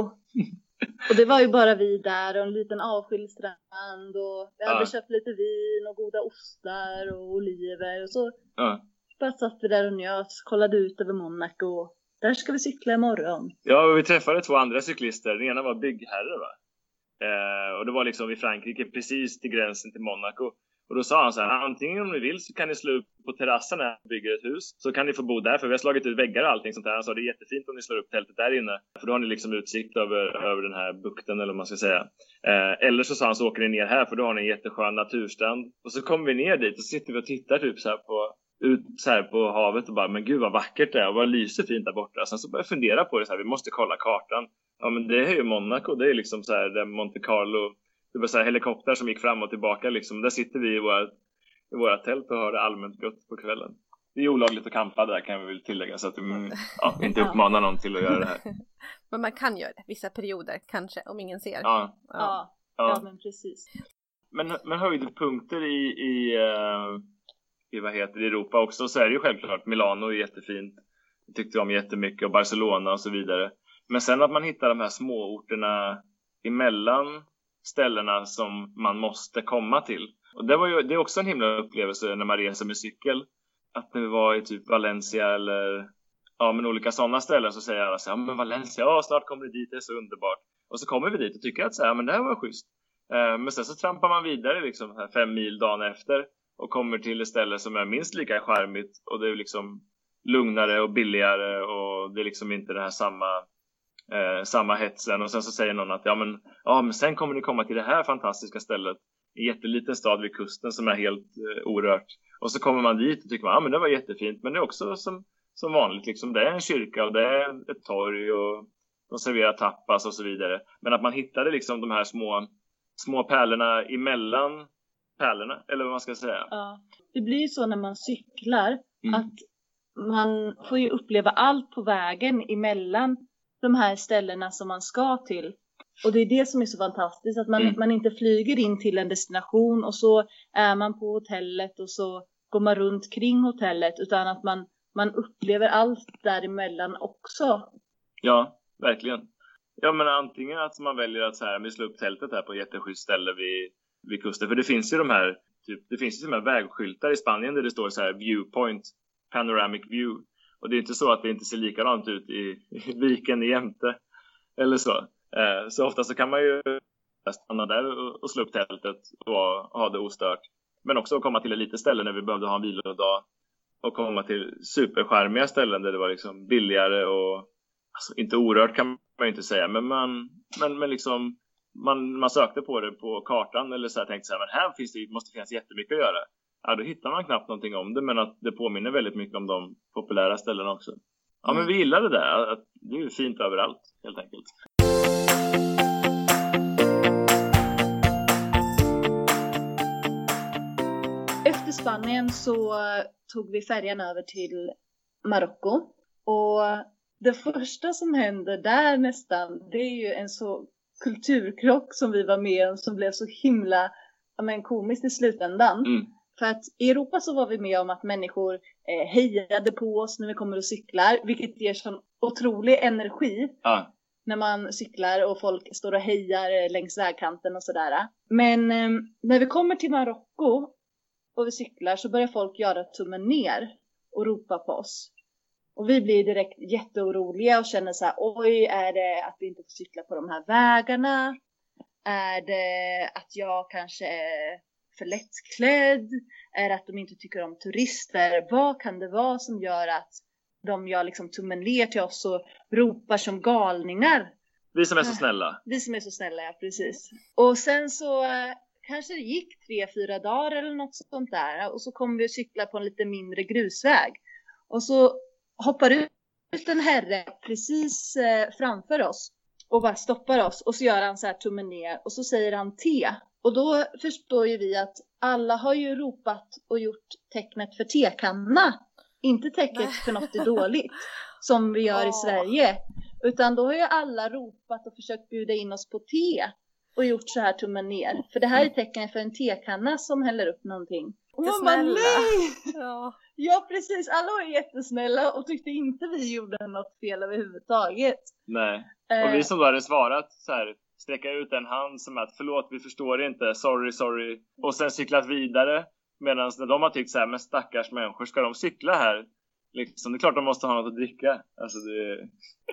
Och det var ju bara vi där och en liten avskild strand och vi hade ja. köpt lite vin och goda ostar och oliver och så. Ja. Bara satt vi där och njöt, kollade ut över Monaco. Där ska vi cykla imorgon. Ja, vi träffade två andra cyklister. Den ena var byggherre va? Eh, och det var liksom i Frankrike precis till gränsen till Monaco. Och då sa han så här, antingen om ni vill så kan ni slå upp på terrassen när ni bygger ett hus. Så kan ni få bo där, för vi har slagit ut väggar och allting sånt där. Han sa, det är jättefint om ni slår upp tältet där inne. För då har ni liksom utsikt över, över den här bukten eller vad man ska säga. Eh, eller så sa han, så åker ni ner här för då har ni en jätteskön naturstrand. Och så kommer vi ner dit och sitter vi och tittar typ så här på... ut så här på havet och bara, men gud vad vackert det är och vad lyser fint där borta. Sen så började jag fundera på det så här, vi måste kolla kartan. Ja men det är ju Monaco, det är liksom så här, det är Monte Carlo, det var så här helikopter som gick fram och tillbaka liksom. Där sitter vi i våra, i våra tält och har det allmänt gott på kvällen. Det är olagligt att campa där kan vi väl tillägga, så att mm, ja, inte uppmana någon till att göra det här. Men man kan göra det, vissa perioder kanske, om ingen ser. Ja, ja, ja. ja men precis. Men, men höjdpunkter i... i uh... i vad heter det, Europa också, så är det ju självklart Milano är jättefint. Jag tyckte om jättemycket, och Barcelona och så vidare. Men sen att man hittar de här småorterna emellan ställena som man måste komma till. Och det var ju, det är också en himla upplevelse när man reser med cykel. Att när vi var i typ Valencia eller ja, men olika sådana ställen, så säger alla så här, ja men Valencia, ja snart kommer vi dit, det är så underbart. Och så kommer vi dit och tycker att så här, men det här var schysst. Eh, men sen så trampar man vidare liksom här fem mil dagen efter och kommer till ett ställe som är minst lika charmigt, och det är liksom lugnare och billigare, och det är liksom inte det här samma eh, samma hetsen. Och sen så säger någon att ja men, ja men sen kommer ni komma till det här fantastiska stället, en jätteliten stad vid kusten som är helt eh, orört. Och så kommer man dit och tycker man, ja men det var jättefint, men det är också som, som vanligt liksom, det är en kyrka och det är ett torg och de serverar tapas och så vidare. Men att man hittade liksom de här små små pärlorna emellan pärlorna, eller vad man ska säga. Ja, det blir ju så när man cyklar Mm. att man får ju uppleva allt på vägen emellan de här ställena som man ska till. Och det är det som är så fantastiskt, att man, Mm. man inte flyger in till en destination och så är man på hotellet och så går man runt kring hotellet, utan att man, man upplever allt däremellan också. Ja, verkligen. Ja, men antingen att man väljer att så här, vi slår upp tältet här på ett jätteschysst ställe vid, vid kusten. För det finns ju de här, typ, det finns ju de här vägskyltar i Spanien där det står så här viewpoint, panoramic view. Och det är inte så att det inte ser likadant ut i, i viken jämte eller så. Eh, så ofta så kan man ju stanna där och, och slå upp tältet och ha det ostört. Men också komma till ett litet ställe när vi behövde ha en vilodag. Och komma till superskärmiga ställen där det var liksom billigare och alltså, inte orört kan man ju inte säga. Men man, men, men liksom, man, man sökte på det på kartan eller så här, tänkte så här, men här finns det, måste finnas jättemycket att göra. Ja, då hittar man knappt någonting om det, men att det påminner väldigt mycket om de populära ställena också. Ja, men vi gillar det där. Att det är ju fint överallt, helt enkelt. Efter Spanien så tog vi färjan över till Marocko. Och det första som hände där nästan, det är ju en så kulturkrock som vi var med om, som blev så himla ja, men, komiskt i slutändan. Mm. För att i Europa så var vi med om att människor eh, hejade på oss när vi kommer och cyklar, vilket ger sån otrolig energi. Ja. När man cyklar och folk står och hejar längs vägkanten och sådär. Men eh, när vi kommer till Marocko och vi cyklar så börjar folk göra tummen ner och ropa på oss. Och vi blir direkt jätteoroliga och känner så här, oj, är det att vi inte får cykla på de här vägarna? Är det att jag kanske är för lättklädd? Är det att de inte tycker om turister? Vad kan det vara som gör att de gör liksom tummen ner till oss och ropar som galningar? Vi som är så snälla. Vi som är så snälla, ja, precis. Och sen så eh, kanske det gick tre, fyra dagar eller något sånt där. Och så kom vi att cykla på en lite mindre grusväg. Och så hoppar ut en herre precis eh, framför oss och bara stoppar oss. Och så gör han så här tummen ner och så säger han te. Och då förstår ju vi att alla har ju ropat och gjort tecknet för tekanna. Inte tecknet för något är dåligt som vi gör i Sverige. Utan då har ju alla ropat och försökt bjuda in oss på te och gjort så här tummen ner. För det här är tecknet för en tekanna som häller upp någonting. Och man bara, nej! Ja. Ja, precis. Alla var jättesnälla och tyckte inte vi gjorde något fel överhuvudtaget. Nej. Och vi som då hade svarat så här, sträcka ut en hand som att förlåt, vi förstår inte, sorry, sorry. Och sen cyklat vidare. Medan de har tyckt så här, men stackars människor, ska de cykla här? Liksom, det är klart de måste ha något att dricka. Alltså det...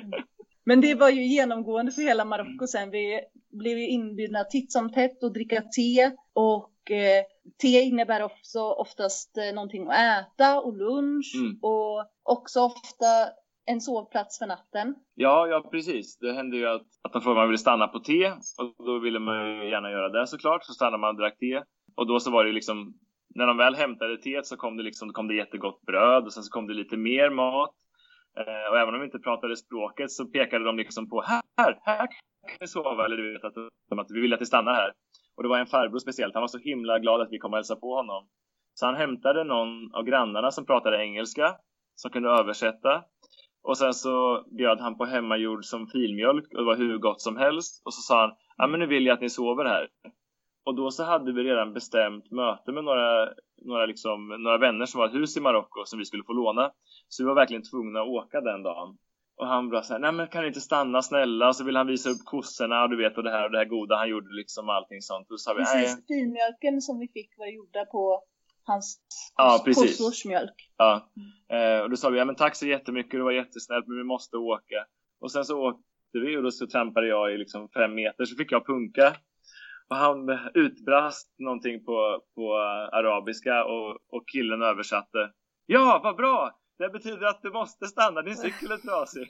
Men det var ju genomgående för hela Marocko sen. Vi blev ju inbjudna titt som tätt och dricka te. Och eh, te innebär också oftast eh, någonting att äta och lunch. Mm. Och också ofta en sovplats för natten. Ja, ja precis. Det hände ju att, att de frågade om man ville stanna på te. Och då ville man ju gärna göra det såklart. Så stannade man och drack te. Och då så var det liksom, när de väl hämtade teet så kom det liksom, då kom det jättegott bröd. Och sen så kom det lite mer mat. Eh, och även om de inte pratade språket så pekade de liksom på här, här kan vi sova. Eller du vet att, att vi vill att vi stannar här. Och det var en farbror speciellt. Han var så himla glad att vi kom och hälsa på honom. Så han hämtade någon av grannarna som pratade engelska. Som kunde översätta. Och sen så bjöd han på hemmagjord som filmjölk. Och det var hur gott som helst. Och så sa han, ja men nu vill jag att ni sover här. Och då så hade vi redan bestämt möte med några, några, liksom, några vänner som var ett hus i Marocko som vi skulle få låna. Så vi var verkligen tvungna att åka den dagen. Och han bara så här, nej men kan inte stanna snälla? Och så vill han visa upp kossorna och du vet och det här och det här goda. Han gjorde liksom allting sånt. Och så sa vi, precis, nej. filmjölken som vi fick var gjorda på hans Ja, precis. kossors mjölk. Ja, eh, och då sa vi, ja men tack så jättemycket, det var jättesnällt men vi måste åka. Och sen så åkte vi och då så trampade jag i liksom fem meter så fick jag punka. Och han utbrast någonting på, på arabiska och, och killen översatte. Ja, vad bra! Det betyder att du måste stanna, din cykel är trasig.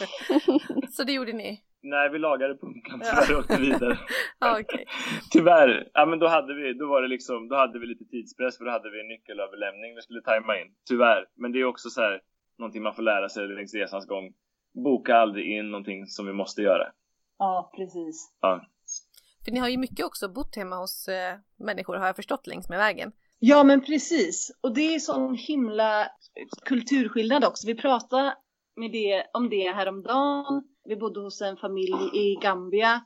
Så det gjorde ni? Nej, vi lagade punkan för att åkte vidare. Ja, okej. Tyvärr, ja men då hade vi, då var det liksom, då hade vi lite tidspress för då hade vi en nyckelöverlämning vi skulle tajma in. Tyvärr, men det är också så här någonting man får lära sig längs resans gång. Boka aldrig in någonting som vi måste göra. Ja, precis. Ja. För ni har ju mycket också bott hemma hos eh, människor, har jag förstått, längs med vägen. Ja, men precis. Och det är sån himla kulturskillnad också. Vi pratade med det, om det häromdagen. Vi bodde hos en familj i Gambia.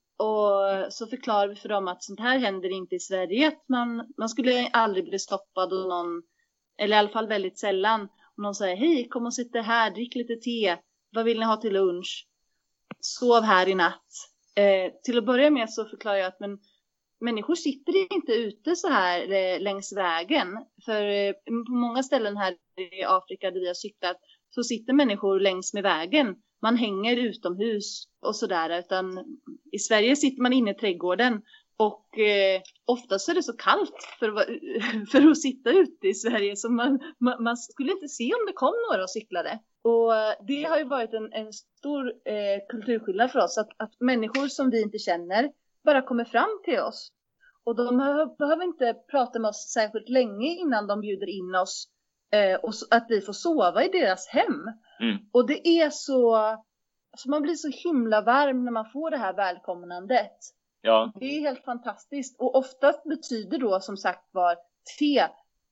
Och så förklarade vi för dem att sånt här händer inte i Sverige. Att man, man skulle aldrig bli stoppad och någon, eller i alla fall väldigt sällan. Och någon säger, hej, kom och sitta här, drick lite te. Vad vill ni ha till lunch? Sov här i natt. Eh, till att börja med så förklarar jag att men, människor sitter inte ute så här eh, längs vägen. För eh, på många ställen här i Afrika där vi har cyklat så sitter människor längs med vägen. Man hänger utomhus och sådär. Utan i Sverige sitter man inne i trädgården. Och eh, oftast är det så kallt för att, för att sitta ute i Sverige. Så man, man, man skulle inte se om det kom några och cyklade. Och det har ju varit en, en stor eh, kulturskillnad för oss. Att, att människor som vi inte känner bara kommer fram till oss. Och de behöver inte prata med oss särskilt länge innan de bjuder in oss. Eh, och så, att vi får sova i deras hem. Mm. Och det är så... Alltså man blir så himla varm när man får det här välkomnandet. Ja. Det är helt fantastiskt. Och oftast betyder då som sagt var te.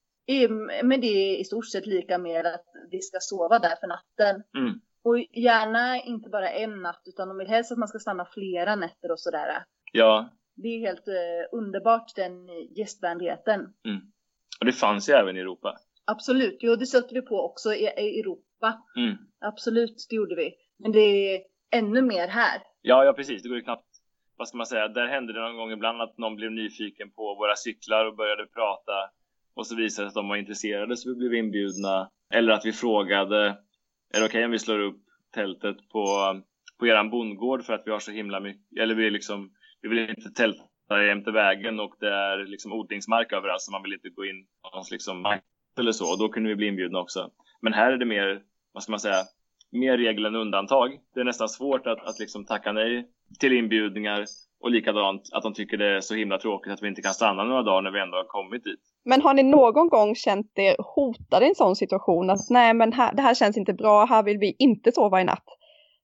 Men det är i stort sett lika med att vi ska sova där för natten. Mm. Och gärna inte bara en natt utan de vill helst att man ska stanna flera nätter och sådär. Ja. Det är helt uh, underbart den gästvänligheten. Mm. Och det fanns ju även i Europa. Absolut, jo det stötte vi på också i, i Europa. Mm. Absolut, det gjorde vi. Men det är ännu mer här. Ja, ja precis, det går ju knappt. Vad ska man säga, där hände det någon gång ibland att någon blev nyfiken på våra cyklar och började prata. Och så visade det att de var intresserade så vi blev inbjudna. Eller att vi frågade, är det okej okay om vi slår upp tältet på, på eran bondgård för att vi har så himla mycket. Eller vi, liksom, vi vill inte tälta jämte vägen och det är liksom odlingsmark överallt så man vill inte gå in på någons liksom mark eller så. Och då kunde vi bli inbjudna också. Men här är det mer, vad ska man säga, mer regel än undantag. Det är nästan svårt att, att liksom tacka nej till inbjudningar. Och likadant att de tycker det är så himla tråkigt att vi inte kan stanna några dagar när vi ändå har kommit dit. Men har ni någon gång känt er hotade i en sån situation? Att nej men här, det här känns inte bra, här vill vi inte sova i natt.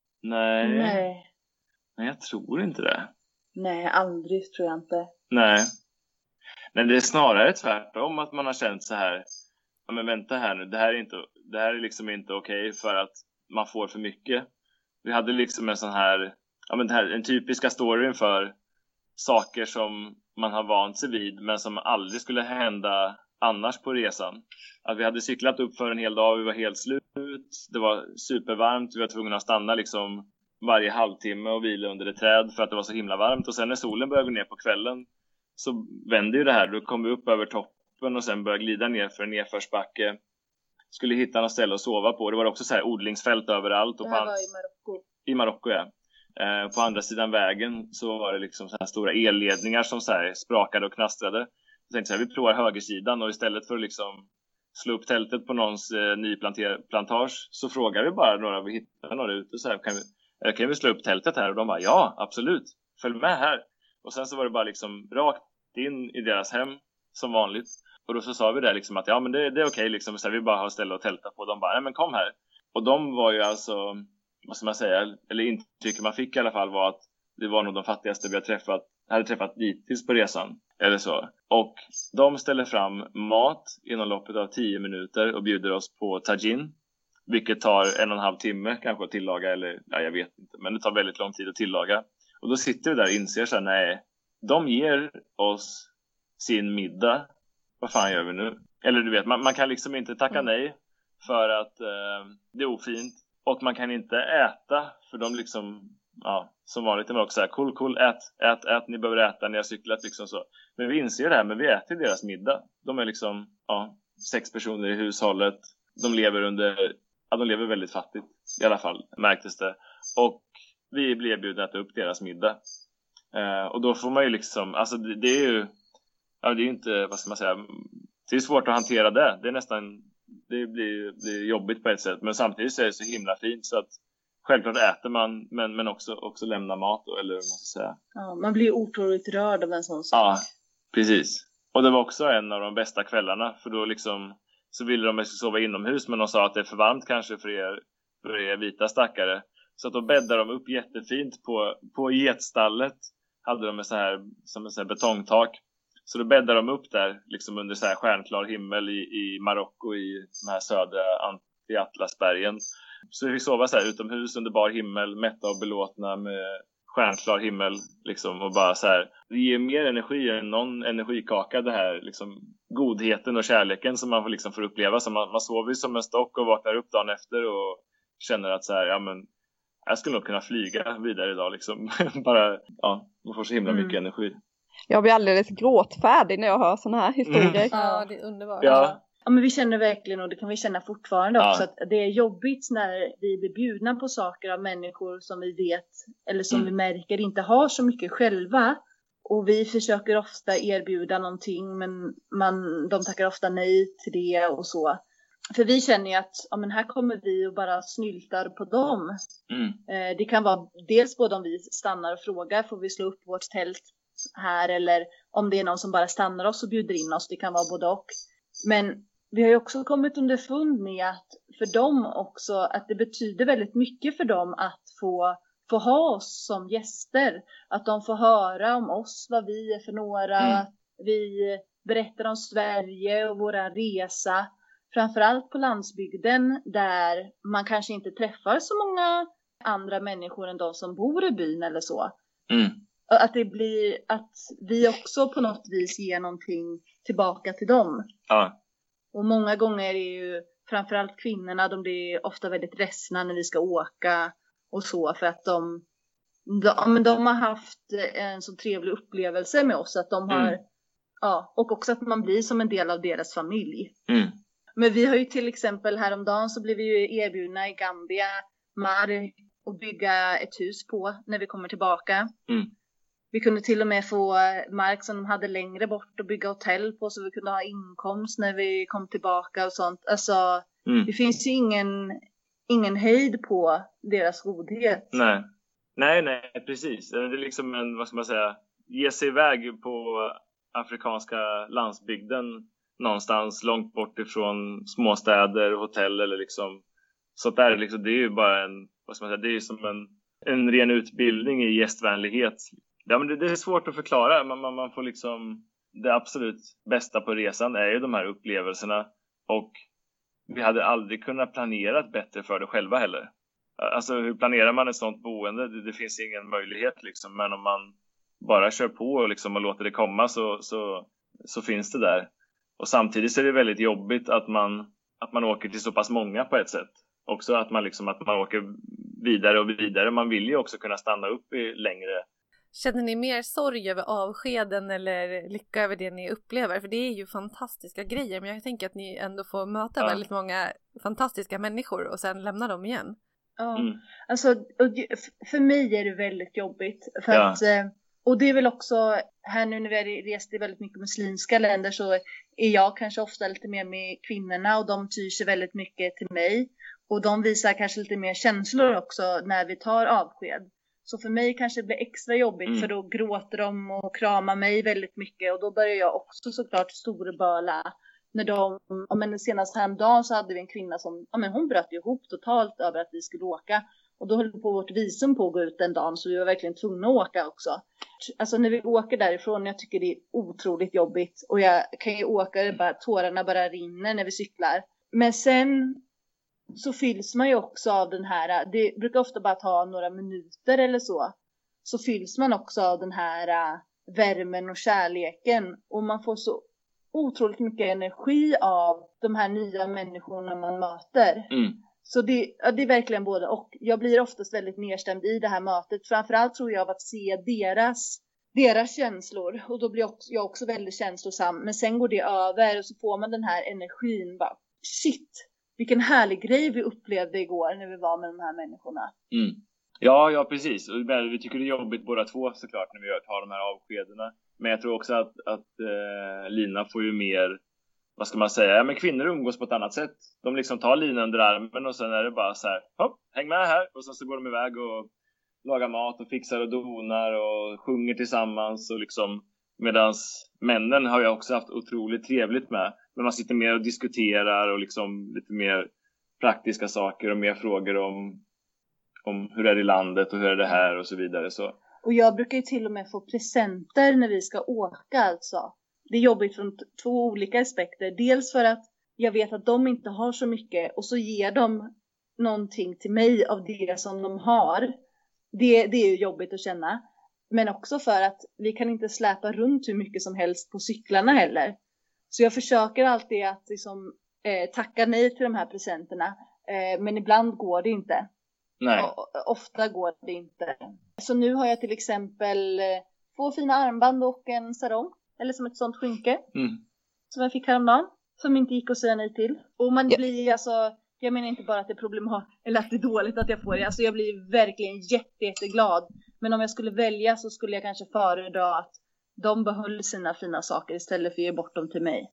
Nej. Nej. Nej, jag tror inte det. Nej, aldrig tror jag inte. Nej. Nej, det är snarare tvärtom att man har känt så här. Ja men vänta här nu, det här är, inte, det här är liksom inte okej för att man får för mycket. Vi hade liksom en sån här... Ja, men det här, en typiska storyn för saker som man har vant sig vid men som aldrig skulle hända annars på resan. Att vi hade cyklat upp för en hel dag, vi var helt slut, det var supervarmt, vi var tvungna att stanna liksom varje halvtimme och vila under ett träd för att det var så himla varmt. Och sen när solen började gå ner på kvällen så vände ju det här, då kom vi upp över toppen och sen började glida ner för en nedförsbacke. Skulle hitta något ställe att sova på, det var också så här odlingsfält överallt. Och det här på var i Marocko. I Marocko, ja. Eh, på andra sidan vägen så var det liksom så här stora elledningar som så här sprakade och knastrade. Jag tänkte så här, vi provar högersidan och istället för att liksom slå upp tältet på någons eh, nyplantage så frågar vi bara några, vi hittar några ute så här, kan vi, eller kan vi slå upp tältet här? Och de bara, ja absolut, följ med här. Och sen så var det bara liksom rakt in i deras hem som vanligt. Och då så sa vi där liksom att ja men det, det är okej liksom, så här, vi bara har ställe att tälta på. Och de bara, nej men kom här. Och de var ju alltså... vad ska man säga, eller intrycket man fick i alla fall var att det var nog de fattigaste vi har träffat, hade träffat dittills på resan, eller så. Och de ställer fram mat inom loppet av tio minuter och bjuder oss på tagine, vilket tar en och en halv timme kanske att tillaga, eller ja, jag vet inte, men det tar väldigt lång tid att tillaga. Och då sitter vi där och inser så här, nej, de ger oss sin middag, vad fan gör vi nu? Eller du vet, man, man kan liksom inte tacka nej för att eh, det är ofint. Och man kan inte äta, för de liksom, ja, som vanligt är man också så här, cool, cool, ät, ät, ät, ni behöver äta, ni har cyklat liksom så. Men vi inser det här, men vi äter deras middag. De är liksom, ja, sex personer i hushållet. De lever under, ja, de lever väldigt fattigt, i alla fall, märktes det. Och vi blev erbjudna att äta upp deras middag. Eh, och då får man ju liksom, alltså det, det är ju, ja, det är ju inte, vad ska man säga, det är svårt att hantera det. Det är nästan, det blir, blir jobbigt på ett sätt. Men samtidigt så är det så himla fint så att självklart äter man, men, men också, också lämnar mat då, eller vad man ska säga. Ja, man blir otroligt rörd av en sån sak. Ja, precis. Och det var också en av de bästa kvällarna, för då liksom så ville de att jag skulle sova inomhus, men de sa att det är för varmt kanske för er, för er vita stackare. Så att då bäddade de upp jättefint på, på getstallet. Hade de en så här, som en så här betongtak. Så då bäddade de upp där liksom under så här stjärnklar himmel i, i Marocko, i de här södra Anti-Atlasbergen. Så vi fick sova så här utomhus under bar himmel, mätta och belåtna med stjärnklar himmel liksom, och bara så här, det ger mer energi än någon energikaka, det här liksom godheten och kärleken som man får liksom får uppleva. Så man, man sover som en stock och vaknar upp dagen efter och känner att så här, ja men jag skulle nog kunna flyga vidare idag liksom. Bara, ja, man får så himla mycket mm. energi. Jag blir alldeles gråtfärdig när jag hör såna här historier. Mm. Ja, det är underbart. Ja. Ja, men vi känner verkligen, och det kan vi känna fortfarande också, Ja. att det är jobbigt när vi blir bjudna på saker av människor som vi vet, eller som Mm. vi märker inte har så mycket själva. Och vi försöker ofta erbjuda någonting, men man, de tackar ofta nej till det och så. För vi känner ju att ja, men här kommer vi och bara snyltar på dem. Mm. Eh, det kan vara dels både om vi stannar och frågar, får vi slå upp vårt tält här, eller om det är någon som bara stannar oss och bjuder in oss. Det kan vara både och. Men vi har ju också kommit underfund med att för dem också, att det betyder väldigt mycket för dem att få, få ha oss som gäster. Att de får höra om oss, vad vi är för några. Mm. Vi berättar om Sverige och våra resa. Framförallt på landsbygden där man kanske inte träffar så många andra människor än de som bor i byn eller så. Mm. Att det blir, att vi också på något vis ger någonting tillbaka till dem. Ja. Och många gånger är ju framförallt kvinnorna, de blir ofta väldigt ledsna när vi ska åka och så, för att de, de, de har haft en så trevlig upplevelse med oss att de har, mm. ja, och också att man blir som en del av deras familj. Mm. Men vi har ju till exempel häromdagen så blev vi ju erbjudna i Gambia mark och bygga ett hus på när vi kommer tillbaka. Mm. Vi kunde till och med få mark som de hade längre bort och bygga hotell på, så vi kunde ha inkomst när vi kom tillbaka och sånt. Alltså, mm. det finns ju ingen, ingen höjd på deras godhet. Nej, nej, nej, precis. Det är liksom en, vad ska man säga, ge sig iväg på afrikanska landsbygden någonstans långt bort ifrån småstäder, hotell eller liksom, så där liksom, det är ju bara en, vad ska man säga, det är ju som en, en ren utbildning i gästvänlighet. Ja, men det, det är svårt att förklara. Man, man, man får liksom, det absolut bästa på resan är ju de här upplevelserna. Och vi hade aldrig kunnat planera bättre för det själva heller. Alltså hur planerar man ett sånt boende? Det, det finns ingen möjlighet liksom. Men om man bara kör på och, liksom, och låter det komma så, så, så finns det där. Och samtidigt så är det väldigt jobbigt att man, att man åker till så pass många på ett sätt. Också att man, liksom, att man åker vidare och vidare. Man vill ju också kunna stanna upp i längre. Känner ni mer sorg över avskeden eller lycka över det ni upplever? För det är ju fantastiska grejer. Men jag tänker att ni ändå får möta ja. väldigt många fantastiska människor och sen lämna dem igen. Ja, mm. alltså för mig är det väldigt jobbigt. För ja. att, och det är väl också, här nu när vi har rest i väldigt mycket muslimska länder så är jag kanske ofta lite mer med kvinnorna och de tyr sig väldigt mycket till mig. Och de visar kanske lite mer känslor också när vi tar avsked. Så för mig kanske det blir extra jobbigt mm. för då gråter de och kramar mig väldigt mycket. Och då börjar jag också såklart storböla. När de, ja, men senast häromdagen så hade vi en kvinna som, ja men hon bröt ihop totalt över att vi skulle åka. Och då höll på vårt visum på att gå ut en dag så vi var verkligen tvungna att åka också. Alltså när vi åker därifrån, jag tycker det är otroligt jobbigt. Och jag kan ju åka, bara, tårarna bara rinner när vi cyklar. Men sen så fylls man ju också av den här, det brukar ofta bara ta några minuter eller så. Så fylls man också av den här värmen och kärleken. Och man får så otroligt mycket energi av de här nya människorna man möter. Mm. Så det, ja, det är verkligen både och. Jag blir oftast väldigt nedstämd i det här mötet. Framförallt tror jag av att se deras, deras känslor. Och då blir jag också, jag också väldigt känslosam. Men sen går det över och så får man den här energin. Bara, shit, vilken härlig grej vi upplevde igår när vi var med de här människorna. Mm. Ja, ja precis. Vi tycker det är jobbigt båda två såklart när vi har de här avskedena. Men jag tror också att, att eh, Lina får ju mer, vad ska man säga, ja, men kvinnor umgås på ett annat sätt. De liksom tar Lina under armen och sen är det bara så här, hopp, häng med här. Och sen så går de iväg och lagar mat och fixar och donar och sjunger tillsammans. Och liksom, medans männen har jag också haft otroligt trevligt med. Men man sitter mer och diskuterar och liksom lite mer praktiska saker och mer frågor om, om hur är det i landet och hur är det här och så vidare. Så. Och jag brukar ju till och med få presenter när vi ska åka alltså. Det är jobbigt från t- två olika aspekter. Dels för att jag vet att de inte har så mycket och så ger de någonting till mig av det som de har. Det, det är ju jobbigt att känna. Men också för att vi kan inte släpa runt hur mycket som helst på cyklarna heller. Så jag försöker alltid att liksom, eh, tacka nej till de här presenterna. Eh, men ibland går det inte. Nej. Och, ofta går det inte. Så nu har jag till exempel eh, två fina armband och en sarong. Eller som ett sånt skynke. Mm. Som jag fick häromdagen. Som inte gick att säga nej till. Och man blir alltså... Jag menar inte bara att det är problematiskt. Eller att det är dåligt att jag får det. Alltså jag blir verkligen jätte, jätteglad. Men om jag skulle välja så skulle jag kanske föredra att de behöll sina fina saker istället för att ge bort dem till mig.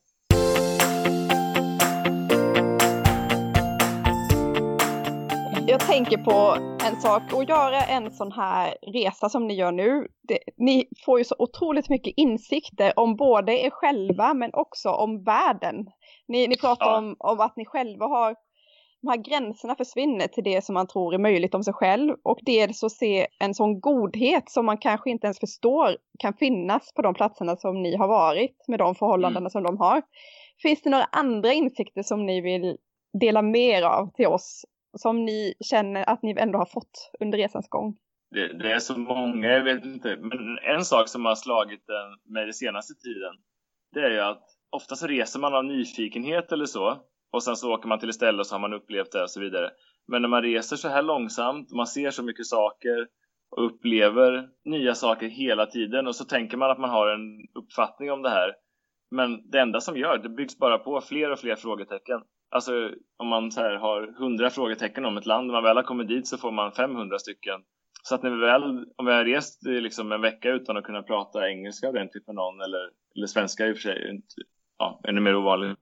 Jag tänker på en sak, att göra en sån här resa som ni gör nu. Det, ni får ju så otroligt mycket insikter om både er själva men också om världen. Ni, ni pratar ja. om, om att ni själva har, de här gränserna försvinner till det som man tror är möjligt om sig själv. Och dels så se en sån godhet som man kanske inte ens förstår kan finnas på de platserna som ni har varit med de förhållandena mm. som de har. Finns det några andra insikter som ni vill dela mer av till oss? Som ni känner att ni ändå har fått under resans gång? Det, det är så många, jag vet inte. Men en sak som har slagit den med den senaste tiden, det är ju att ofta så reser man av nyfikenhet eller så. Och sen så åker man till ett ställe och så har man upplevt det och så vidare. Men när man reser så här långsamt, man ser så mycket saker och upplever nya saker hela tiden. Och så tänker man att man har en uppfattning om det här. Men det enda som gör, det byggs bara på fler och fler frågetecken. Alltså om man så här har hundra frågetecken om ett land, när man väl har kommit dit så får man femhundra stycken. Så att när vi väl, om vi har rest liksom en vecka utan att kunna prata engelska ordentligt med någon, eller, eller svenska i och för sig, inte, ja, ännu mer ovanligt.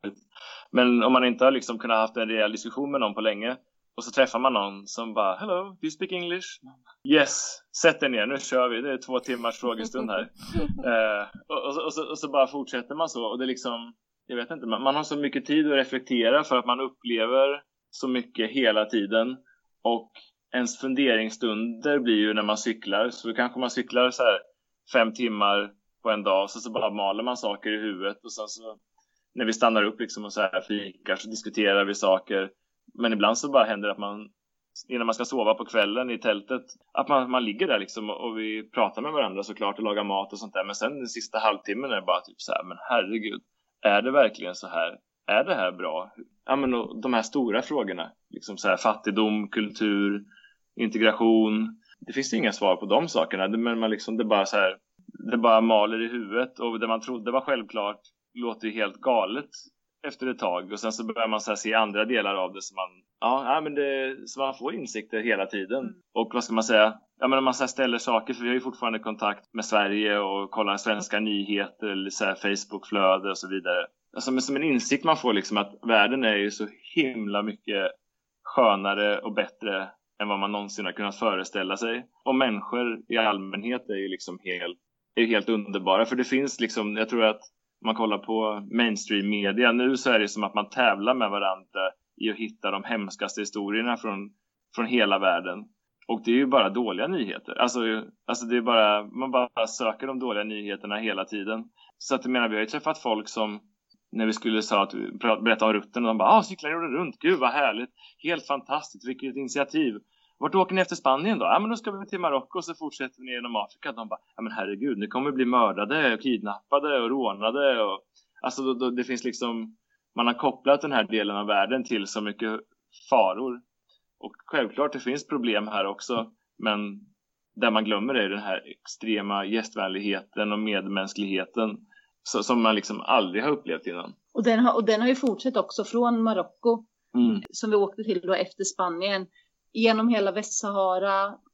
Men om man inte har liksom kunnat haft en rejäl diskussion med någon på länge, och så träffar man någon som bara, hello, do you speak English? Yes, sätt dig ner, nu kör vi, det är två timmars frågestund här. uh, och, och, och, så, och så bara fortsätter man så, och det är liksom, jag vet inte, man, man har så mycket tid att reflektera för att man upplever så mycket hela tiden. Och ens funderingsstunder blir ju när man cyklar. Så då kanske man cyklar så här fem timmar på en dag, så, så bara maler man saker i huvudet. Och sen så när vi stannar upp liksom och så här fikar så diskuterar vi saker. Men ibland så bara händer det att man, innan man ska sova på kvällen i tältet, att man, man ligger där liksom och vi pratar med varandra såklart och lagar mat och sånt där. Men sen den sista halvtimmen är det bara typ så här, men herregud, är det verkligen så här? Är det här bra? Ja, men de här stora frågorna, liksom så här fattigdom, kultur, integration. Det finns inga svar på de sakerna, men man liksom, det bara så här, det bara maler i huvudet, och det man trodde var självklart låter ju helt galet efter ett tag, och sen så börjar man så här se andra delar av det som man, ja, men det, så man får insikter hela tiden. Mm. Och vad ska man säga? Ja, men om man så här ställer saker, för vi har ju fortfarande kontakt med Sverige och kollar svenska nyheter eller så här Facebookflöde och så vidare. Alltså, men som en insikt man får liksom att världen är ju så himla mycket skönare och bättre än vad man någonsin har kunnat föreställa sig. Och människor i allmänhet är ju liksom helt, är ju helt underbara. För det finns liksom, jag tror att om man kollar på mainstream media nu, så är det som att man tävlar med varandra i att hitta de hemskaste historierna från, från hela världen. Och det är ju bara dåliga nyheter. Alltså, alltså det är bara, man bara söker de dåliga nyheterna hela tiden. Så att jag menar, vi har ju träffat folk som, när vi skulle sa att berätta om rutten, och de bara, ah, cyklar jorden runt, gud vad härligt, helt fantastiskt, vilket initiativ. Vart åker ni efter Spanien då? Ja, men då ska vi till Marocko och så fortsätter vi ner genom Afrika. De bara, ja men herregud, ni kommer bli mördade och kidnappade och rånade. Och, alltså då, då, det finns liksom, man har kopplat den här delen av världen till så mycket faror. Och självklart det finns problem här också, men där man glömmer är den här extrema gästvänligheten och medmänskligheten så, som man liksom aldrig har upplevt innan. Och den har, och den har ju fortsatt också från Marocko, mm. som vi åkte till då efter Spanien, genom hela Västsahara,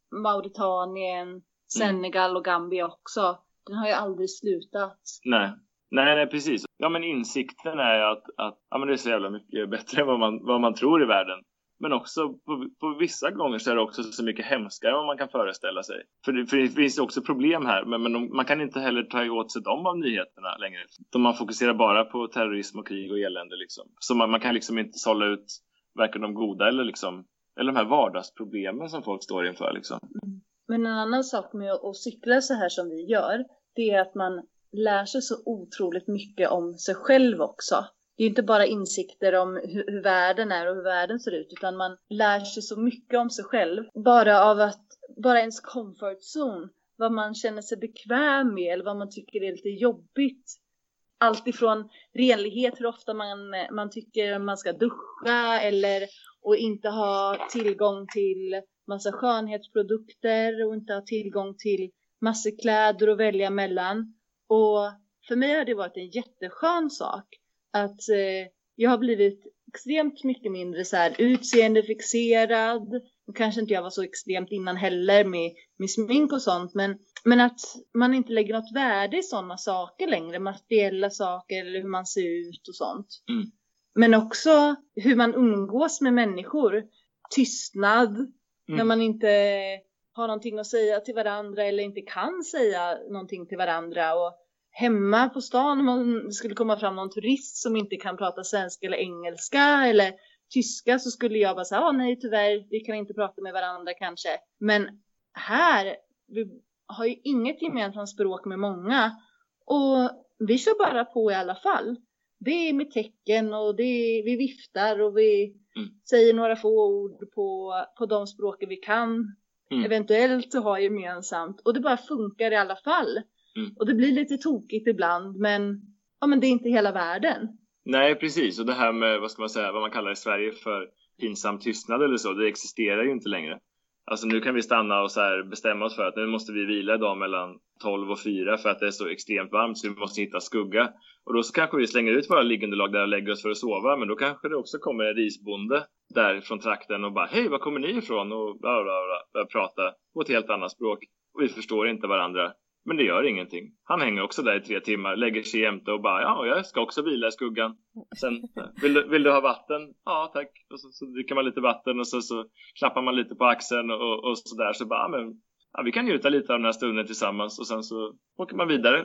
Mauritanien, Senegal och Gambia också. Den har ju aldrig slutat. Nej. Nej, nej, precis. Ja, men insikten är att, att ja, men det är så jävla mycket bättre än vad man, vad man tror i världen. Men också på, på vissa gånger så är det också så mycket hemskare än vad man kan föreställa sig. För det, för det finns också problem här, men, men de, man kan inte heller ta åt sig dem av nyheterna längre. De man fokuserar bara på terrorism och krig och elände liksom. Så man, man kan liksom inte sålla ut varken de goda eller liksom, eller de här vardagsproblemen som folk står inför liksom. Mm. Men en annan sak med att, att cykla så här som vi gör, det är att man lär sig så otroligt mycket om sig själv också. Det är inte bara insikter om hur, hur världen är och hur världen ser ut, utan man lär sig så mycket om sig själv. Bara av att, bara ens comfort zone, vad man känner sig bekväm med eller vad man tycker är lite jobbigt. Allt ifrån renlighet, hur ofta man, man tycker man ska duscha eller och inte ha tillgång till massa skönhetsprodukter och inte ha tillgång till massa kläder att välja mellan. Och för mig har det varit en jätteskön sak att eh, jag har blivit extremt mycket mindre så här utseendefixerad. Och kanske inte jag var så extremt innan heller med, med smink och sånt. Men, men att man inte lägger något värde i sådana saker längre. Materiella saker eller hur man ser ut och sånt. Mm. Men också hur man umgås med människor. Tystnad. Mm. När man inte har någonting att säga till varandra eller inte kan säga någonting till varandra. Och hemma på stan, om man skulle komma fram någon turist som inte kan prata svenska eller engelska eller tyska, så skulle jag bara säga, ah, nej tyvärr, vi kan inte prata med varandra kanske. Men här, vi har ju inget gemensamt språk med många och vi kör bara på i alla fall. Det är med tecken och det är, vi viftar och vi mm. säger några få ord på, på de språken vi kan mm. eventuellt ha gemensamt. Och det bara funkar i alla fall. Mm. Och det blir lite tokigt ibland, men, ja, men det är inte hela världen. Nej, precis. Och det här med, vad ska man säga, vad man kallar i Sverige för pinsam tystnad eller så, det existerar ju inte längre. Alltså nu kan vi stanna och så här bestämma oss för att nu måste vi vila idag mellan tolv och fyra för att det är så extremt varmt så vi måste hitta skugga. Och då så kanske vi slänger ut våra liggunderlag där och lägger oss för att sova, men då kanske det också kommer en risbonde där från trakten och bara, hej, var kommer ni ifrån? Och bla bla bla, bla prata på ett helt annat språk. Och vi förstår inte varandra. Men det gör ingenting. Han hänger också där i tre timmar, lägger sig jämte och bara, ja, jag ska också vila i skuggan. Sen, vill du, vill du ha vatten? Ja, tack. Och så, så dricker man lite vatten och så, så klappar man lite på axeln och, och, och sådär. Så bara, men, ja, vi kan njuta lite av den här stunden tillsammans och sen så åker man vidare.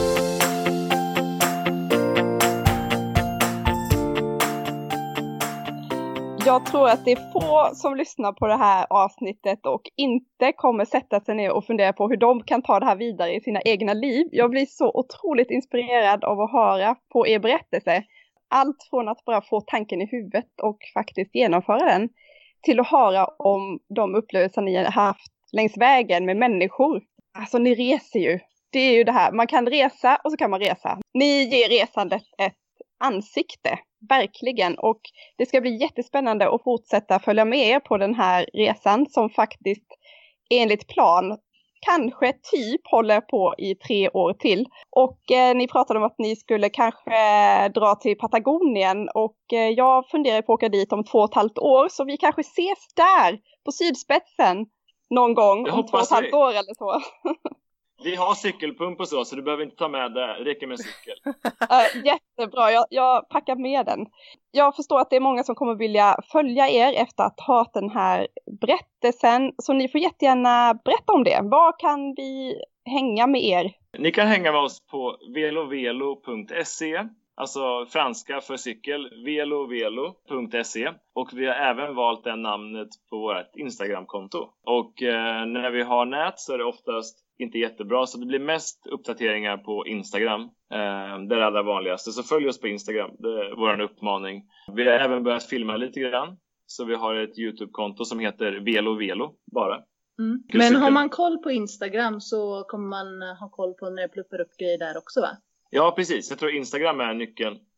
Jag tror att det är få som lyssnar på det här avsnittet och inte kommer sätta sig ner och fundera på hur de kan ta det här vidare i sina egna liv. Jag blir så otroligt inspirerad av att höra på er berättelse. Allt från att bara få tanken i huvudet och faktiskt genomföra den till att höra om de upplevelser ni har haft längs vägen med människor. Alltså ni reser ju. Det är ju det här, man kan resa och så kan man resa. Ni ger resandet ett ansikte, verkligen, och det ska bli jättespännande att fortsätta följa med er på den här resan som faktiskt enligt plan kanske typ håller på i tre år till. Och eh, ni pratade om att ni skulle kanske dra till Patagonien och eh, jag funderar på att åka dit om två och ett halvt år, så vi kanske ses där på sydspetsen någon gång om två och ett halvt år eller så. Vi har cykelpump och så, så du behöver inte ta med det. Det räcker med cykel. uh, jättebra, jag, jag packar med den. Jag förstår att det är många som kommer vilja följa er efter att ha den här berättelsen. Så ni får jättegärna berätta om det. Var kan vi hänga med er? Ni kan hänga med oss på velovelo punkt se. Alltså franska för cykel, velovelo punkt se. Och vi har även valt det namnet på vårt Instagramkonto. Och eh, när vi har nät så är det oftast inte jättebra, så det blir mest uppdateringar på Instagram. Eh, det är det allra vanligaste. Så följ oss på Instagram, det är vår uppmaning. Vi har även börjat filma lite grann. Så vi har ett YouTube-konto som heter velovelo bara. Mm. Men har man koll på Instagram så kommer man ha koll på när det pluppar upp grejer där också, va? Ja, precis. Jag tror Instagram är nyckeln.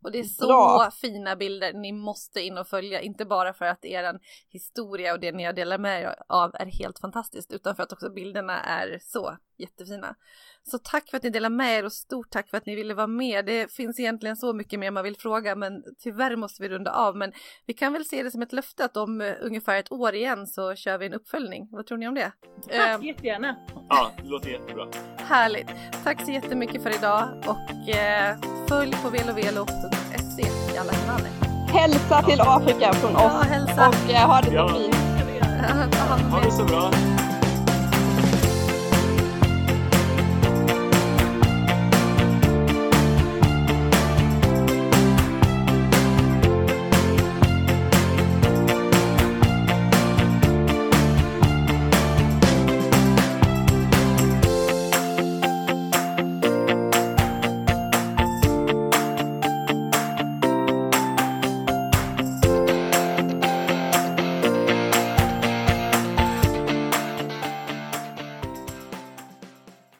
Och det är så Bra. fina bilder. Ni måste in och följa. Inte bara för att er historia och det ni har delat med er av är helt fantastiskt. Utan för att också bilderna är så jättefina. Så tack för att ni delar med er. Och stort tack för att ni ville vara med. Det finns egentligen så mycket mer man vill fråga. Men tyvärr måste vi runda av. Men vi kan väl se det som ett löfte att om uh, ungefär ett år igen så kör vi en uppföljning. Vad tror ni om det? Tack, uh, jättegärna. Ja, det låter jättebra. Härligt. Tack så jättemycket för idag. Och uh, följ på velovelo punkt se i alla kanaler. Hälsa till Afrika från oss. Ja, hälsa. Och eh, ha det så Ja. fint. Ta hand om Ha er. det så bra.